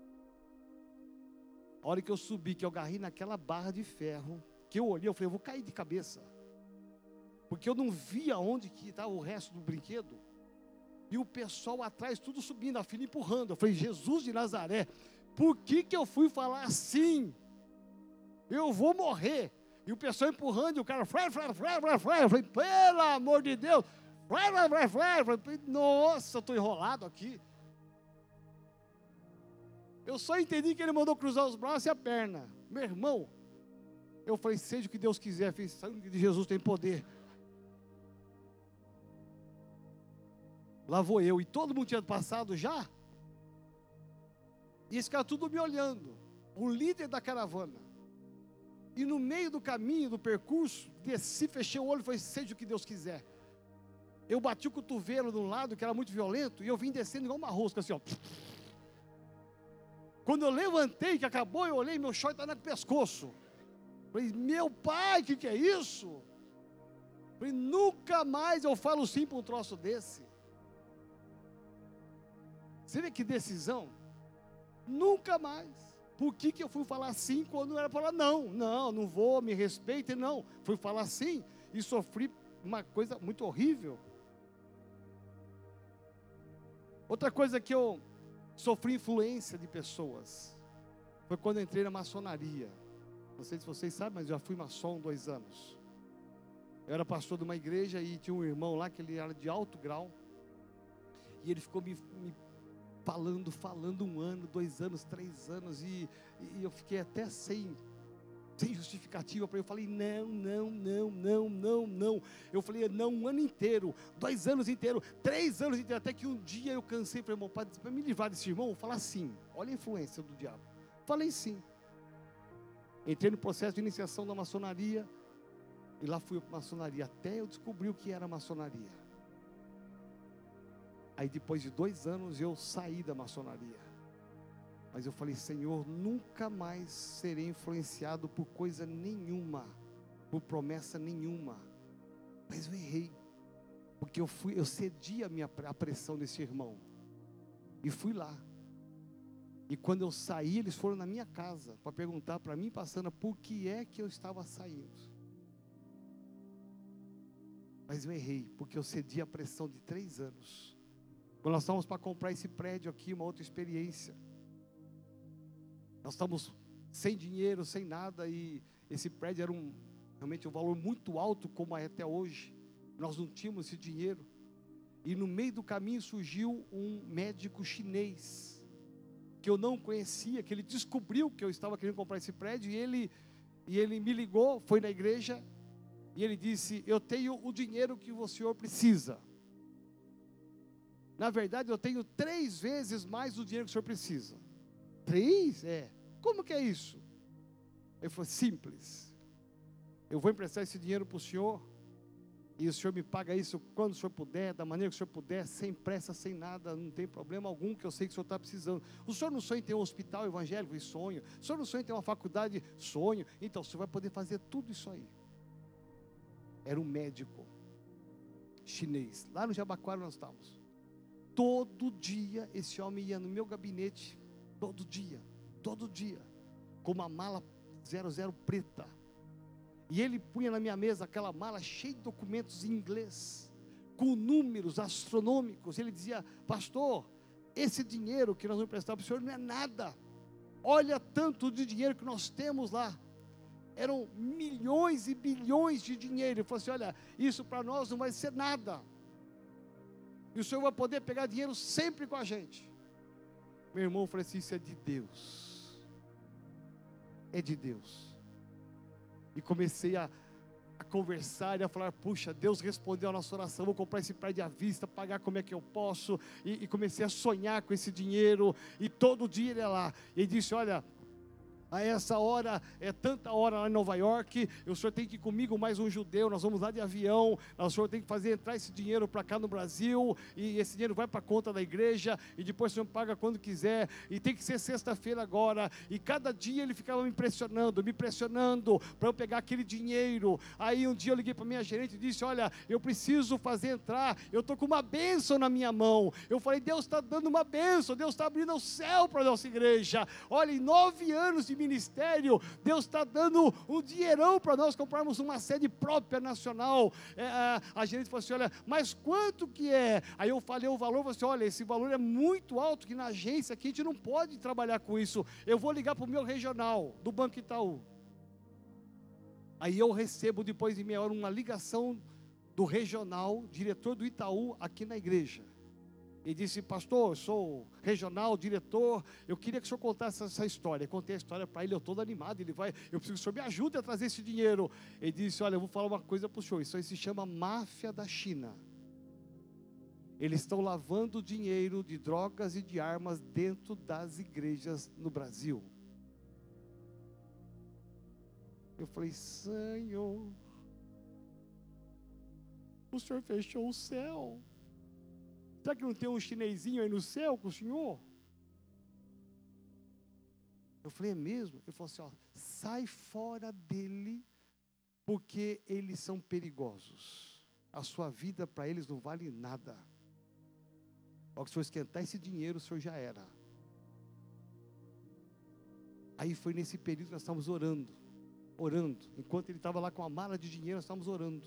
A hora que eu subi, que eu agarrei naquela barra de ferro, que eu olhei, eu falei, eu vou cair de cabeça. Porque eu não via onde que estava o resto do brinquedo. E o pessoal atrás, tudo subindo, a fila empurrando. Eu falei, Jesus de Nazaré, por que eu fui falar assim? Eu vou morrer. E o pessoal empurrando, e o cara, eu falei, pelo amor de Deus, nossa, eu estou enrolado aqui. Eu só entendi que ele mandou cruzar os braços e a perna. Meu irmão, eu falei, seja o que Deus quiser, o sangue de Jesus tem poder. Lá vou eu, e todo mundo tinha passado já. E esse cara tudo me olhando, o líder da caravana. E no meio do caminho, do percurso, desci, fechei o olho e falei, seja o que Deus quiser. Eu bati o cotovelo de um lado, que era muito violento, e eu vim descendo igual uma rosca, assim, ó. Quando eu levantei, que acabou, eu olhei, meu short está no pescoço. Falei, meu pai, o que é isso? Falei, nunca mais eu falo sim para um troço desse. Você vê que decisão? Nunca mais. Por que eu fui falar sim quando não era para falar não? Não vou, me respeite, não. Fui falar sim e sofri uma coisa muito horrível. Outra coisa que eu sofri influência de pessoas foi quando entrei na maçonaria. Não sei se vocês sabem, mas eu já fui maçom 2 anos. Eu era pastor de uma igreja e tinha um irmão lá que ele era de alto grau. E ele ficou me falando 1 ano, 2 anos, 3 anos. E eu fiquei até sem justificativa para ele. Eu falei, não. Eu falei, não, 1 ano inteiro, 2 anos inteiro, 3 anos inteiro. Até que um dia eu cansei, falei, irmão, para me livrar desse irmão, eu vou falar sim. Olha a influência do diabo. Falei sim. Entrei no processo de iniciação da maçonaria. E lá fui para a maçonaria, até eu descobri o que era maçonaria. Aí depois de 2 anos eu saí da maçonaria. Mas eu falei, Senhor, nunca mais serei influenciado por coisa nenhuma, por promessa nenhuma. Mas eu errei, porque eu cedi a pressão desse irmão. E fui lá. E quando eu saí, eles foram na minha casa para perguntar para mim, passando, por que é que eu estava saindo. Mas eu errei, porque eu cedi a pressão de 3 anos. Quando nós estávamos para comprar esse prédio aqui, uma outra experiência. Nós estávamos sem dinheiro, sem nada, e esse prédio era realmente um valor muito alto, como é até hoje. Nós não tínhamos esse dinheiro. E no meio do caminho surgiu um médico chinês, que eu não conhecia, que ele descobriu que eu estava querendo comprar esse prédio, e ele me ligou, foi na igreja, e ele disse, eu tenho o dinheiro que o senhor precisa. Na verdade, eu tenho 3 vezes mais do dinheiro que o senhor precisa. 3? Como que é isso? Ele falou, simples. Eu vou emprestar esse dinheiro para o senhor, e o senhor me paga isso quando o senhor puder, da maneira que o senhor puder, sem pressa, sem nada, não tem problema algum, que eu sei que o senhor está precisando. O senhor não sonha em ter um hospital evangélico? Sonho. O senhor não sonha em ter uma faculdade? Sonho. Então, o senhor vai poder fazer tudo isso aí. Era um médico chinês, lá no Jabaquara nós estávamos. Todo dia esse homem ia no meu gabinete, todo dia, com uma mala 00 preta. E ele punha na minha mesa aquela mala cheia de documentos em inglês, com números astronômicos. Ele dizia, pastor, esse dinheiro que nós vamos emprestar para o senhor não é nada. Olha tanto de dinheiro que nós temos lá. Eram milhões e bilhões de dinheiro. Ele falou assim, olha, isso para nós não vai ser nada. E o senhor vai poder pegar dinheiro sempre com a gente. Meu irmão falou assim, isso é de Deus. É de Deus. E comecei a a conversar e a falar: puxa, Deus respondeu a nossa oração, vou comprar esse prédio à vista, pagar como é que eu posso, e comecei a sonhar com esse dinheiro, e todo dia ele ia lá, e ele disse: olha, a essa hora, é tanta hora lá em Nova York, o senhor tem que ir comigo, mais um judeu, nós vamos lá de avião, o senhor tem que fazer entrar esse dinheiro para cá no Brasil, e esse dinheiro vai para a conta da igreja, e depois o senhor paga quando quiser, e tem que ser sexta-feira agora, e cada dia ele ficava me pressionando, para eu pegar aquele dinheiro. Aí um dia eu liguei para a minha gerente e disse: olha, eu preciso fazer entrar, eu estou com uma bênção na minha mão. Eu falei: Deus está dando uma bênção, Deus está abrindo o céu para a nossa igreja. Olha, em 9 anos de ministério, Deus está dando um dinheirão para nós comprarmos uma sede própria nacional. A gerente falou assim: olha, mas quanto que é? Aí eu falei o valor, falei assim: olha, esse valor é muito alto, que na agência aqui a gente não pode trabalhar com isso, eu vou ligar para o meu regional, do Banco Itaú. Aí eu recebo, depois de meia hora, uma ligação do regional, diretor do Itaú, aqui na igreja. E disse: pastor, eu sou regional, diretor, eu queria que o senhor contasse essa história. Eu contei a história para ele, eu todo animado, eu preciso que o senhor me ajude a trazer esse dinheiro. Ele disse: olha, eu vou falar uma coisa para o senhor, isso aí se chama máfia da China. Eles estão lavando dinheiro de drogas e de armas dentro das igrejas no Brasil. Eu falei: Senhor, o senhor fechou o céu. Será que não tem um chinesinho aí no céu com o senhor? Eu falei: é mesmo? Ele falou assim: ó, sai fora dele, porque eles são perigosos. A sua vida para eles não vale nada. Ao que o senhor esquentar esse dinheiro, o senhor já era. Aí foi nesse período que nós estávamos orando. Enquanto ele estava lá com a mala de dinheiro, nós estávamos orando.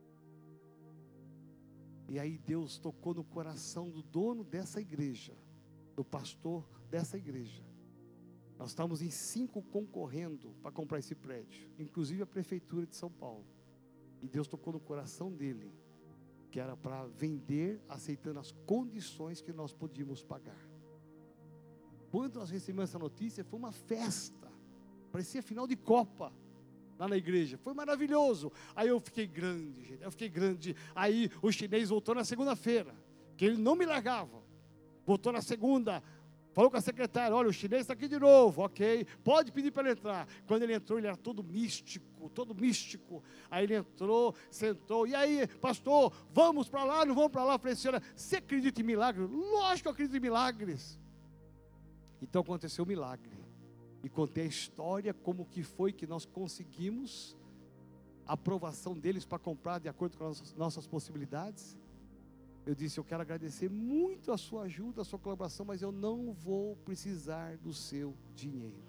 E aí Deus tocou no coração do dono dessa igreja, do pastor dessa igreja. Nós estávamos em 5 concorrendo para comprar esse prédio, inclusive a prefeitura de São Paulo. E Deus tocou no coração dele, que era para vender, aceitando as condições que nós podíamos pagar. Quando nós recebemos essa notícia, foi uma festa, parecia final de Copa. Lá na igreja, foi maravilhoso. Aí eu fiquei grande, gente, aí o chinês voltou na segunda-feira, que ele não me largava, voltou na segunda, falou com a secretária: olha, o chinês está aqui de novo, ok, pode pedir para ele entrar. Quando ele entrou, ele era todo místico, aí ele entrou, sentou: e aí, pastor, vamos para lá, não vamos para lá? Eu falei: senhora, você acredita em milagres? Lógico que eu acredito em milagres. Então aconteceu um milagre. E contei a história, como que foi que nós conseguimos a aprovação deles para comprar de acordo com as nossas possibilidades. Eu disse: eu quero agradecer muito a sua ajuda, a sua colaboração, mas eu não vou precisar do seu dinheiro.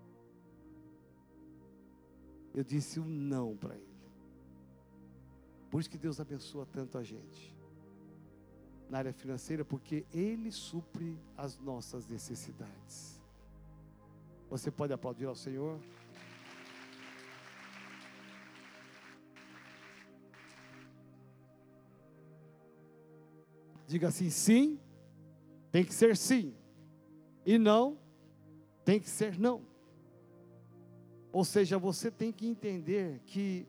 Eu disse um não para ele. Por isso que Deus abençoa tanto a gente na área financeira, porque Ele supre as nossas necessidades. Você pode aplaudir ao Senhor? Diga assim: sim, tem que ser sim. E não, tem que ser não. Ou seja, você tem que entender que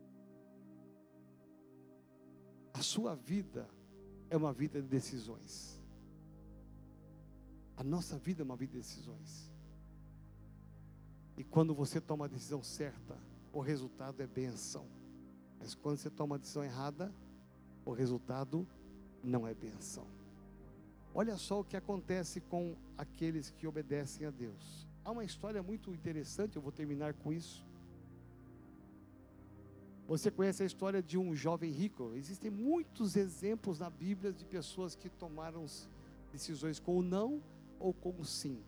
a sua vida é uma vida de decisões. A nossa vida é uma vida de decisões. E quando você toma a decisão certa, o resultado é bênção. Mas quando você toma a decisão errada, o resultado não é bênção. Olha só o que acontece com aqueles que obedecem a Deus. Há uma história muito interessante, eu vou terminar com isso. Você conhece a história de um jovem rico? Existem muitos exemplos na Bíblia de pessoas que tomaram decisões com o não ou com o sim.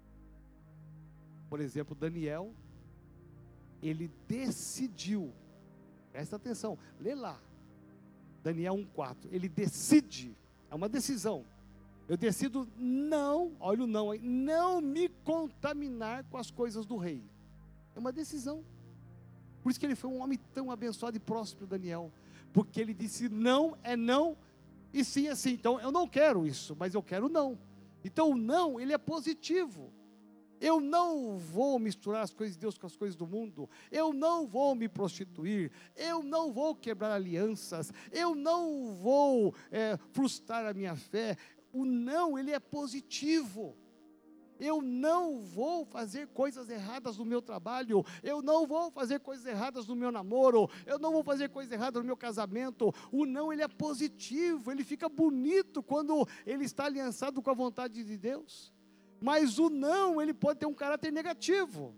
Por exemplo, Daniel, ele decidiu, presta atenção, lê lá, Daniel 1,4, ele decide, é uma decisão, eu decido não, olha o não aí, não me contaminar com as coisas do rei, é uma decisão. Por isso que ele foi um homem tão abençoado e próspero, Daniel, porque ele disse não é não, e sim é sim. Então eu não quero isso, mas eu quero não. Então o não, ele é positivo. Eu não vou misturar as coisas de Deus com as coisas do mundo. Eu não vou me prostituir. Eu não vou quebrar alianças. Eu não vou frustrar a minha fé. O não, ele é positivo. Eu não vou fazer coisas erradas no meu trabalho. Eu não vou fazer coisas erradas no meu namoro. Eu não vou fazer coisas erradas no meu casamento. O não, ele é positivo. Ele fica bonito quando ele está aliançado com a vontade de Deus. Mas o não, ele pode ter um caráter negativo.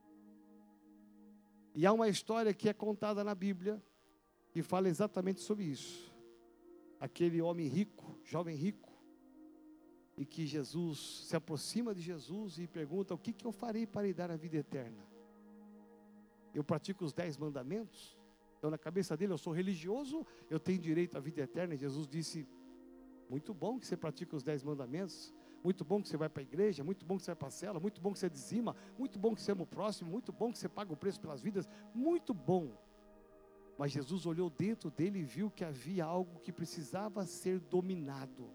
E há uma história que é contada na Bíblia, que fala exatamente sobre isso. Aquele homem rico, jovem rico, e que Jesus se aproxima de Jesus e pergunta: o que eu farei para lhe dar a vida eterna? Eu pratico os 10 mandamentos? Então na cabeça dele, eu sou religioso, eu tenho direito à vida eterna. E Jesus disse: muito bom que você pratica os 10 mandamentos, muito bom que você vai para a igreja, muito bom que você vai para a cela, muito bom que você dizima, muito bom que você ama o próximo, muito bom que você paga o preço pelas vidas, muito bom. Mas Jesus olhou dentro dele e viu que havia algo que precisava ser dominado.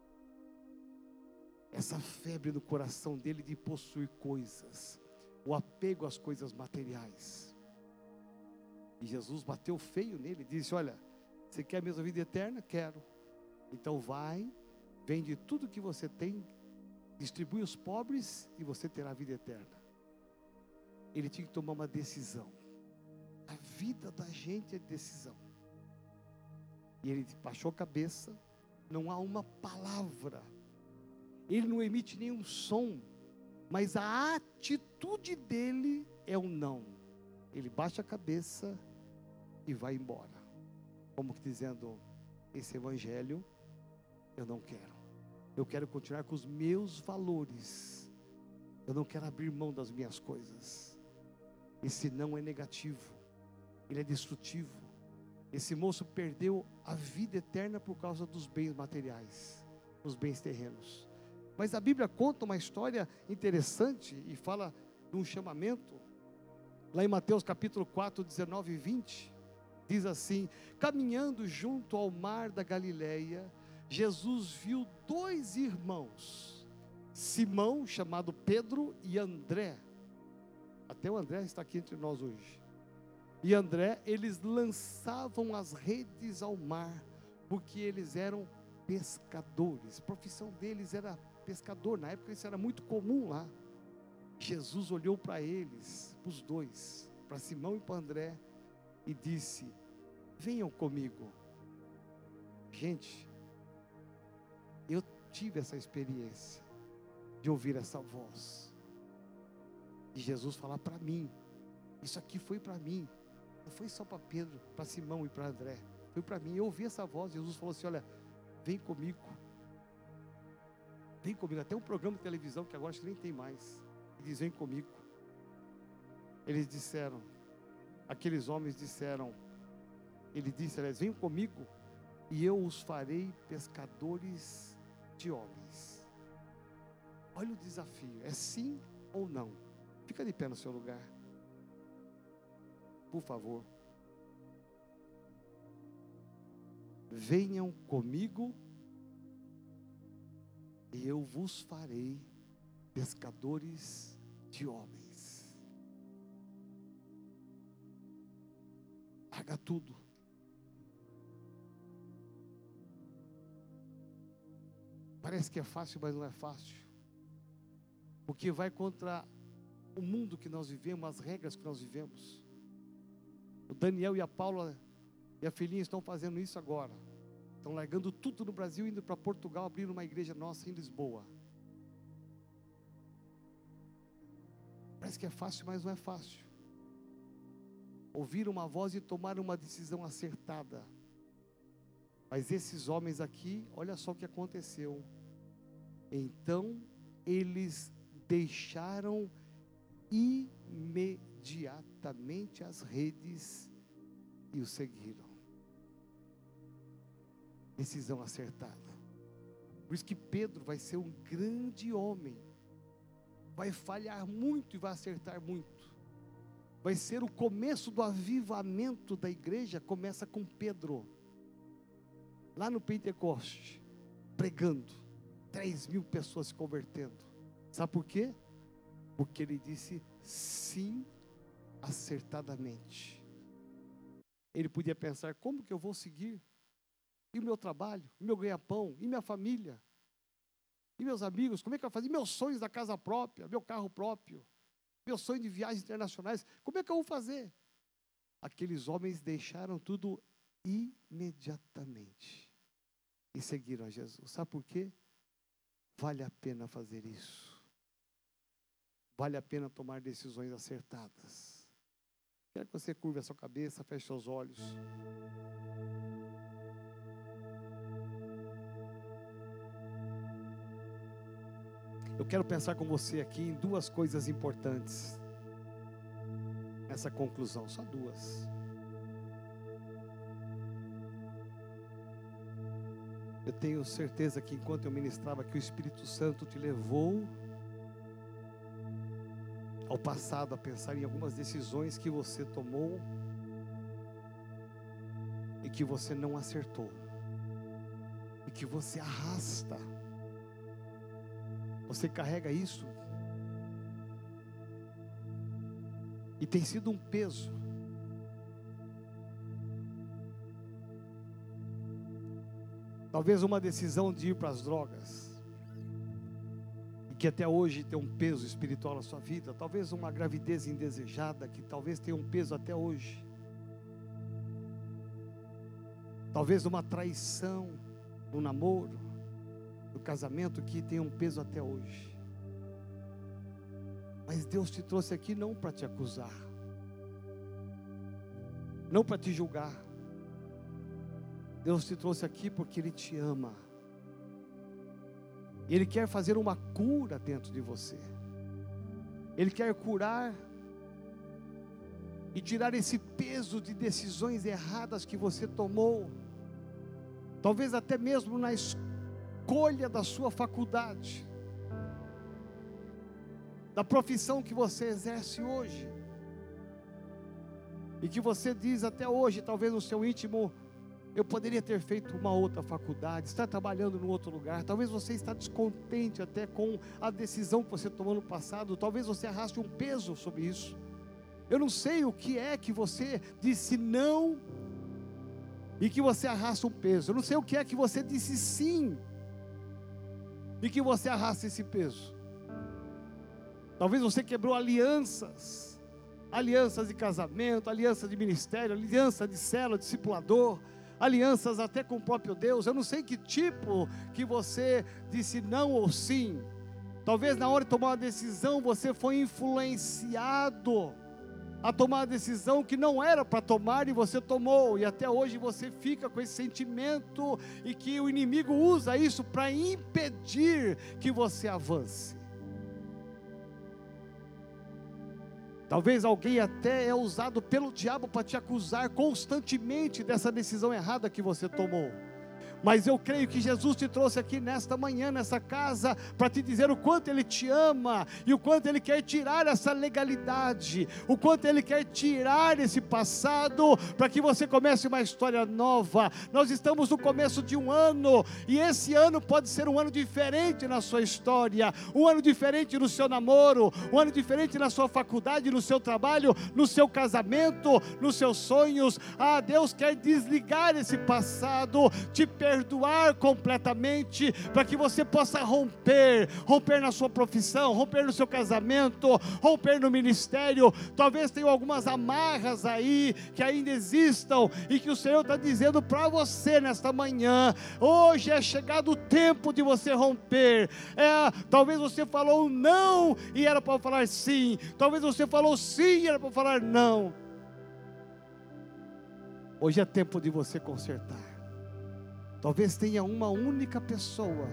Essa febre no coração dele de possuir coisas, o apego às coisas materiais. E Jesus bateu feio nele e disse: olha, você quer a mesma vida eterna? Quero. Então vai, vende tudo que você tem, distribui aos pobres e você terá a vida eterna. Ele tinha que tomar uma decisão. A vida da gente é decisão. E ele baixou a cabeça, não há uma palavra, ele não emite nenhum som, mas a atitude dele é um não. Ele baixa a cabeça e vai embora, como que dizendo: esse evangelho eu não quero. Eu quero continuar com os meus valores. Eu não quero abrir mão das minhas coisas. Esse não é negativo, ele é destrutivo. Esse moço perdeu a vida eterna por causa dos bens materiais, os bens terrenos. Mas a Bíblia conta uma história interessante e fala de um chamamento. Lá em Mateus capítulo 4, 19 e 20, diz assim: caminhando junto ao mar da Galileia, Jesus viu 2 irmãos, Simão, chamado Pedro, e André. Até o André está aqui entre nós hoje. E André, eles lançavam as redes ao mar, porque eles eram pescadores. A profissão deles era pescador. Na época isso era muito comum lá. Jesus olhou para eles, para os 2, para Simão e para André, e disse: venham comigo. Gente, eu tive essa experiência de ouvir essa voz e Jesus falar para mim. Isso aqui foi para mim, não foi só para Pedro, para Simão e para André, foi para mim. Eu ouvi essa voz. Jesus falou assim: olha, vem comigo, vem comigo. Até um programa de televisão que agora acho que nem tem mais, ele diz: vem comigo. Eles disseram, aqueles homens disseram, ele disse: aliás, venham comigo e eu os farei pescadores de homens. Olha o desafio, é sim ou não? Fica de pé no seu lugar, por favor. Venham comigo e eu vos farei pescadores de homens. Larga tudo. Parece que é fácil, mas não é fácil, porque vai contra o mundo que nós vivemos, as regras que nós vivemos. O Daniel e a Paula e a filhinha estão fazendo isso agora. Estão largando tudo no Brasil, indo para Portugal, abrindo uma igreja nossa em Lisboa. Parece que é fácil, mas não é fácil. Ouvir uma voz e tomar uma decisão acertada. Mas esses homens aqui, olha só o que aconteceu. Então eles deixaram imediatamente as redes e o seguiram. Decisão acertada. Por isso que Pedro vai ser um grande homem, vai falhar muito e vai acertar muito. Vai ser o começo do avivamento da igreja. Começa com Pedro, lá no Pentecoste, pregando, 3.000 pessoas se convertendo. Sabe por quê? Porque ele disse sim acertadamente. Ele podia pensar, como que eu vou seguir? E o meu trabalho? E o meu ganha-pão? E minha família? E meus amigos? Como é que eu vou fazer? E meus sonhos da casa própria? Meu carro próprio? Meu sonho de viagens internacionais? Como é que eu vou fazer? Aqueles homens deixaram tudo imediatamente e seguiram a Jesus. Sabe por quê? Vale a pena fazer isso. Vale a pena tomar decisões acertadas. Quero que você curva a sua cabeça, feche seus olhos. Eu quero pensar com você aqui em duas coisas importantes. Essa conclusão, só duas. Eu tenho certeza que enquanto eu ministrava que o Espírito Santo te levou ao passado a pensar em algumas decisões que você tomou e que você não acertou e que você arrasta. Você carrega isso e tem sido um peso. Talvez uma decisão de ir para as drogas, e que até hoje tem um peso espiritual na sua vida. Talvez uma gravidez indesejada, que talvez tenha um peso até hoje. Talvez uma traição no namoro, no casamento, que tem um peso até hoje. Mas Deus te trouxe aqui não para te acusar, não para te julgar. Deus te trouxe aqui porque Ele te ama. Ele quer fazer uma cura dentro de você. Ele quer curar e tirar esse peso de decisões erradas que você tomou. Talvez até mesmo na escolha da sua faculdade, da profissão que você exerce hoje, e que você diz até hoje, talvez no seu íntimo, eu poderia ter feito uma outra faculdade, estar trabalhando em outro lugar. Talvez você está descontente até com a decisão que você tomou no passado. Talvez você arraste um peso sobre isso. Eu não sei o que é que você disse não e que você arrasta um peso. Eu não sei o que é que você disse sim e que você arrasta esse peso. Talvez você quebrou alianças de casamento, aliança de ministério, aliança de célula, discipulador, alianças até com o próprio Deus. Eu não sei que tipo que você disse não ou sim. Talvez na hora de tomar uma decisão você foi influenciado a tomar uma decisão que não era para tomar e você tomou, e até hoje você fica com esse sentimento, e que o inimigo usa isso para impedir que você avance. Talvez alguém até é usado pelo diabo para te acusar constantemente dessa decisão errada que você tomou. Mas eu creio que Jesus te trouxe aqui nesta manhã, nessa casa, para te dizer o quanto Ele te ama, e o quanto Ele quer tirar essa legalidade, o quanto Ele quer tirar esse passado, para que você comece uma história nova. Nós estamos no começo de um ano, e esse ano pode ser um ano diferente na sua história, um ano diferente no seu namoro, um ano diferente na sua faculdade, no seu trabalho, no seu casamento, nos seus sonhos. Deus quer desligar esse passado, te perdoar completamente, para que você possa romper na sua profissão, romper no seu casamento, romper no ministério. Talvez tenha algumas amarras aí que ainda existam, e que o Senhor está dizendo para você nesta manhã: hoje é chegado o tempo de você romper. Talvez você falou não e era para falar sim, talvez você falou sim e era para falar não. Hoje é tempo de você consertar. Talvez tenha uma única pessoa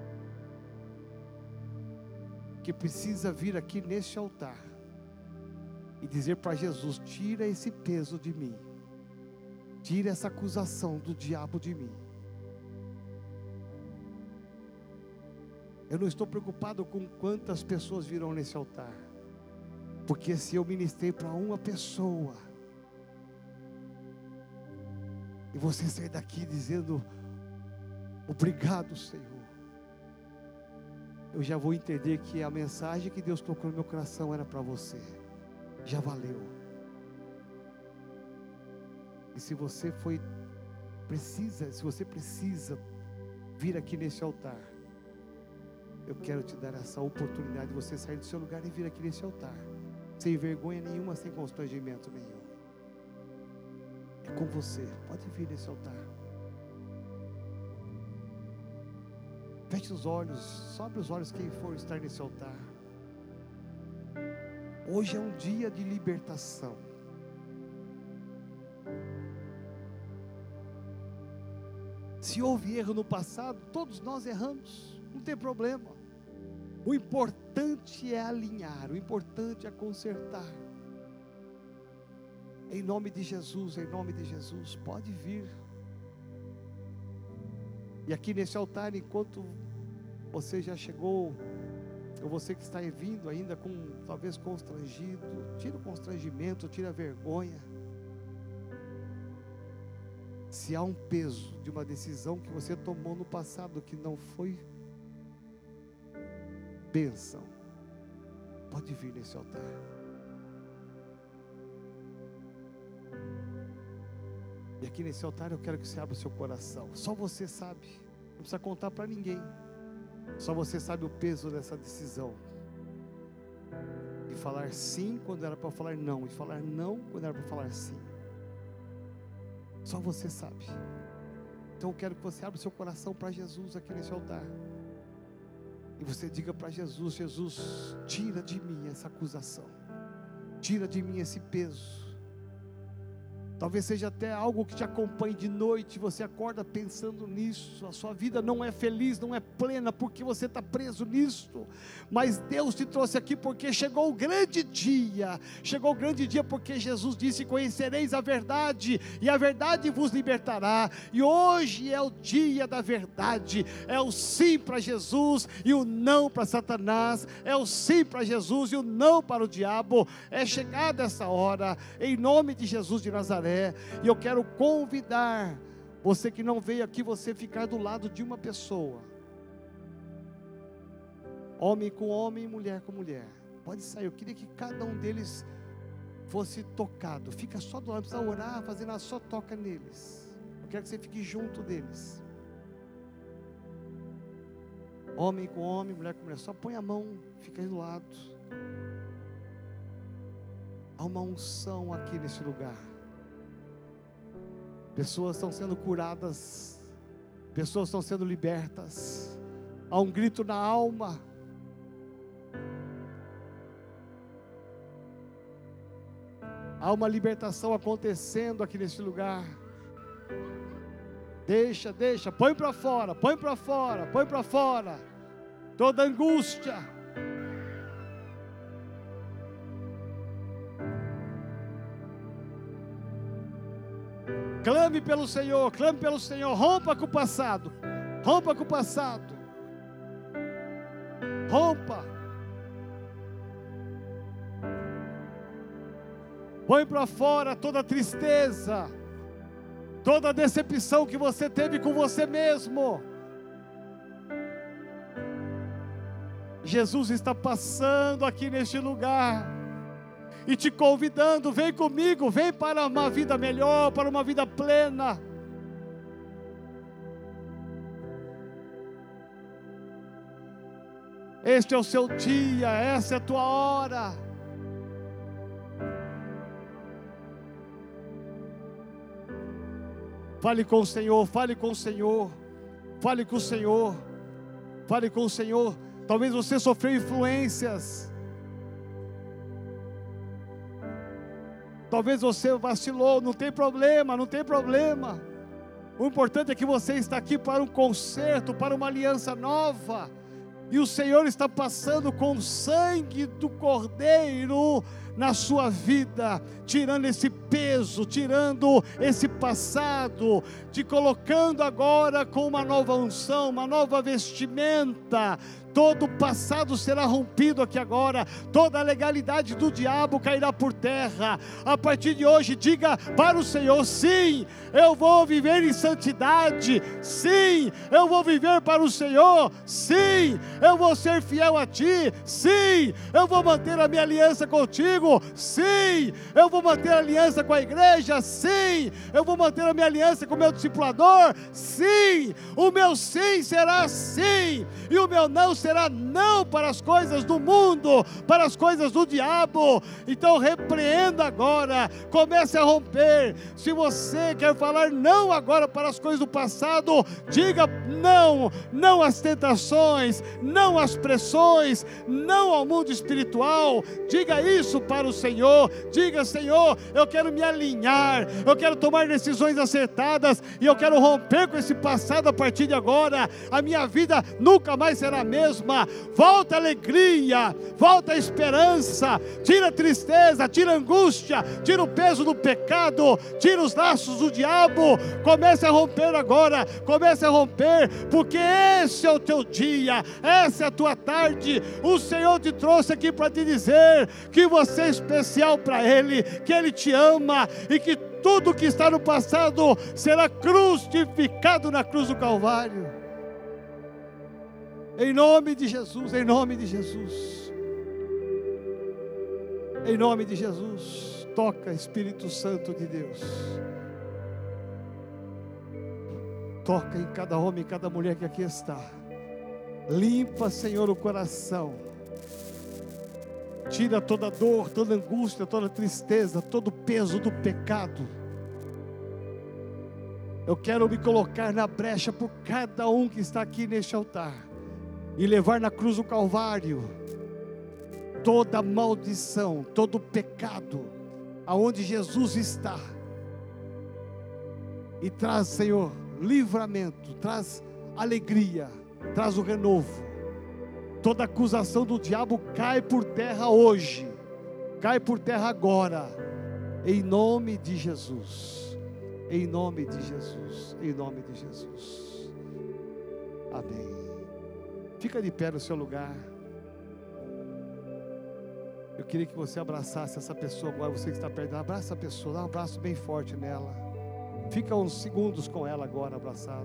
que precisa vir aqui neste altar e dizer para Jesus: tira esse peso de mim, tira essa acusação do diabo de mim. Eu não estou preocupado com quantas pessoas virão nesse altar, porque se eu ministrei para uma pessoa, e você sair daqui dizendo: obrigado, Senhor, eu já vou entender que a mensagem que Deus colocou no meu coração era para você. Já valeu. E se você precisa vir aqui nesse altar, eu quero te dar essa oportunidade de você sair do seu lugar e vir aqui nesse altar, sem vergonha nenhuma, sem constrangimento nenhum. É com você, pode vir nesse altar. Feche os olhos, sobe os olhos quem for estar nesse altar. Hoje é um dia de libertação. Se houve erro no passado, todos nós erramos, não tem problema. O importante é alinhar, o importante é consertar. Em nome de Jesus, pode vir. E aqui nesse altar, enquanto você já chegou, ou você que está vindo ainda talvez constrangido, tira o constrangimento, tira a vergonha. Se há um peso de uma decisão que você tomou no passado que não foi bênção, pode vir nesse altar. E aqui nesse altar eu quero que você abra o seu coração. Só você sabe, não precisa contar para ninguém. Só você sabe o peso dessa decisão. De falar sim quando era para falar não, e falar não quando era para falar sim. Só você sabe. Então eu quero que você abra o seu coração para Jesus aqui nesse altar. E você diga para Jesus: Jesus, tira de mim essa acusação. Tira de mim esse peso. Talvez seja até algo que te acompanhe de noite, você acorda pensando nisso, a sua vida não é feliz, não é plena, porque você está preso nisso, mas Deus te trouxe aqui porque chegou o grande dia porque Jesus disse: conhecereis a verdade, e a verdade vos libertará, e hoje é o dia da verdade, é o sim para Jesus, e o não para Satanás, é o sim para Jesus, e o não para o diabo, é chegada essa hora, em nome de Jesus de Nazaré. E eu quero convidar você que não veio aqui, você ficar do lado de uma pessoa, homem com homem, mulher com mulher, pode sair. Eu queria que cada um deles fosse tocado. Fica só do lado, não precisa orar, fazer nada, só toca neles. Eu quero que você fique junto deles, homem com homem, mulher com mulher, só põe a mão, fica aí do lado. Há uma unção aqui nesse lugar. Pessoas estão sendo curadas, pessoas estão sendo libertas. Há um grito na alma. Há uma libertação acontecendo aqui nesse lugar. Deixa, põe para fora, põe para fora, põe para fora toda angústia. Clame pelo Senhor, rompa com o passado, rompa, põe para fora toda tristeza, toda decepção que você teve com você mesmo. Jesus está passando aqui neste lugar e te convidando: vem comigo, vem para uma vida melhor, para uma vida plena. Este é o seu dia, essa é a tua hora. Fale com o Senhor, fale com o Senhor, fale com o Senhor, fale com o Senhor. Talvez você sofreu influências, talvez você vacilou, não tem problema, não tem problema. O importante é que você está aqui para um conserto, para uma aliança nova, e o Senhor está passando com o sangue do Cordeiro na sua vida, tirando esse peso, tirando esse passado, te colocando agora com uma nova unção, uma nova vestimenta. Todo o passado será rompido aqui agora, toda a legalidade do diabo cairá por terra. A partir de hoje, diga para o Senhor: sim, eu vou viver em santidade, sim, eu vou viver para o Senhor, sim, eu vou ser fiel a Ti, sim, eu vou manter a minha aliança contigo, sim, eu vou manter a aliança com a igreja, sim, eu vou manter a minha aliança com o meu discipulador, sim, o meu sim será sim, e o meu não será não para as coisas do mundo, para as coisas do diabo. Então repreenda agora, comece a romper. Se você quer falar não agora para as coisas do passado, diga não, não às tentações, não às pressões, não ao mundo espiritual. Diga isso para o Senhor, diga: Senhor, eu quero me alinhar, eu quero tomar decisões acertadas, e eu quero romper com esse passado a partir de agora. A minha vida nunca mais será a mesma. Volta a alegria, volta a esperança, tira a tristeza, tira a angústia, tira o peso do pecado, tira os laços do diabo. Comece a romper agora, comece a romper, porque esse é o teu dia, essa é a tua tarde. O Senhor te trouxe aqui para te dizer que você é especial para Ele, que Ele te ama, e que tudo que está no passado será crucificado na cruz do Calvário. Em nome de Jesus, em nome de Jesus, em nome de Jesus, toca, Espírito Santo de Deus, toca em cada homem, em cada mulher que aqui está, limpa, Senhor, o coração, tira toda dor, toda angústia, toda tristeza, todo o peso do pecado. Eu quero me colocar na brecha por cada um que está aqui neste altar, e levar na cruz do Calvário toda maldição, todo pecado, aonde Jesus está, e traz, Senhor, livramento, traz alegria, traz o renovo. Toda acusação do diabo cai por terra hoje, cai por terra agora, em nome de Jesus, em nome de Jesus, em nome de Jesus. Amém. Fica de pé no seu lugar. Eu queria que você abraçasse essa pessoa agora, você que está perto, abraça a pessoa, dá um abraço bem forte nela. Fica uns segundos com ela agora, abraçado.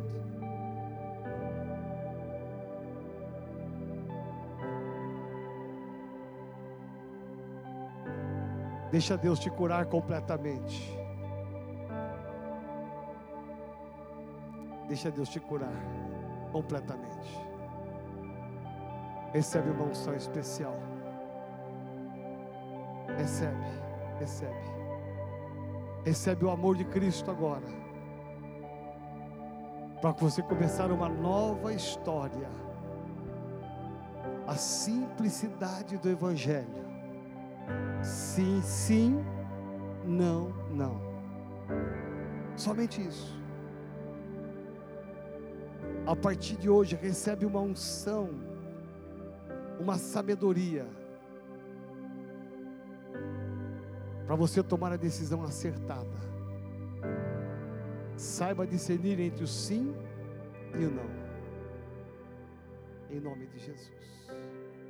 Deixa Deus te curar completamente. Deixa Deus te curar completamente. Recebe uma unção especial. Recebe, recebe. Recebe o amor de Cristo agora, para que você começar uma nova história. A simplicidade do Evangelho. Sim, sim, não, não. Somente isso. A partir de hoje, recebe uma unção, uma sabedoria, para você tomar a decisão acertada. Saiba discernir entre o sim e o não, em nome de Jesus.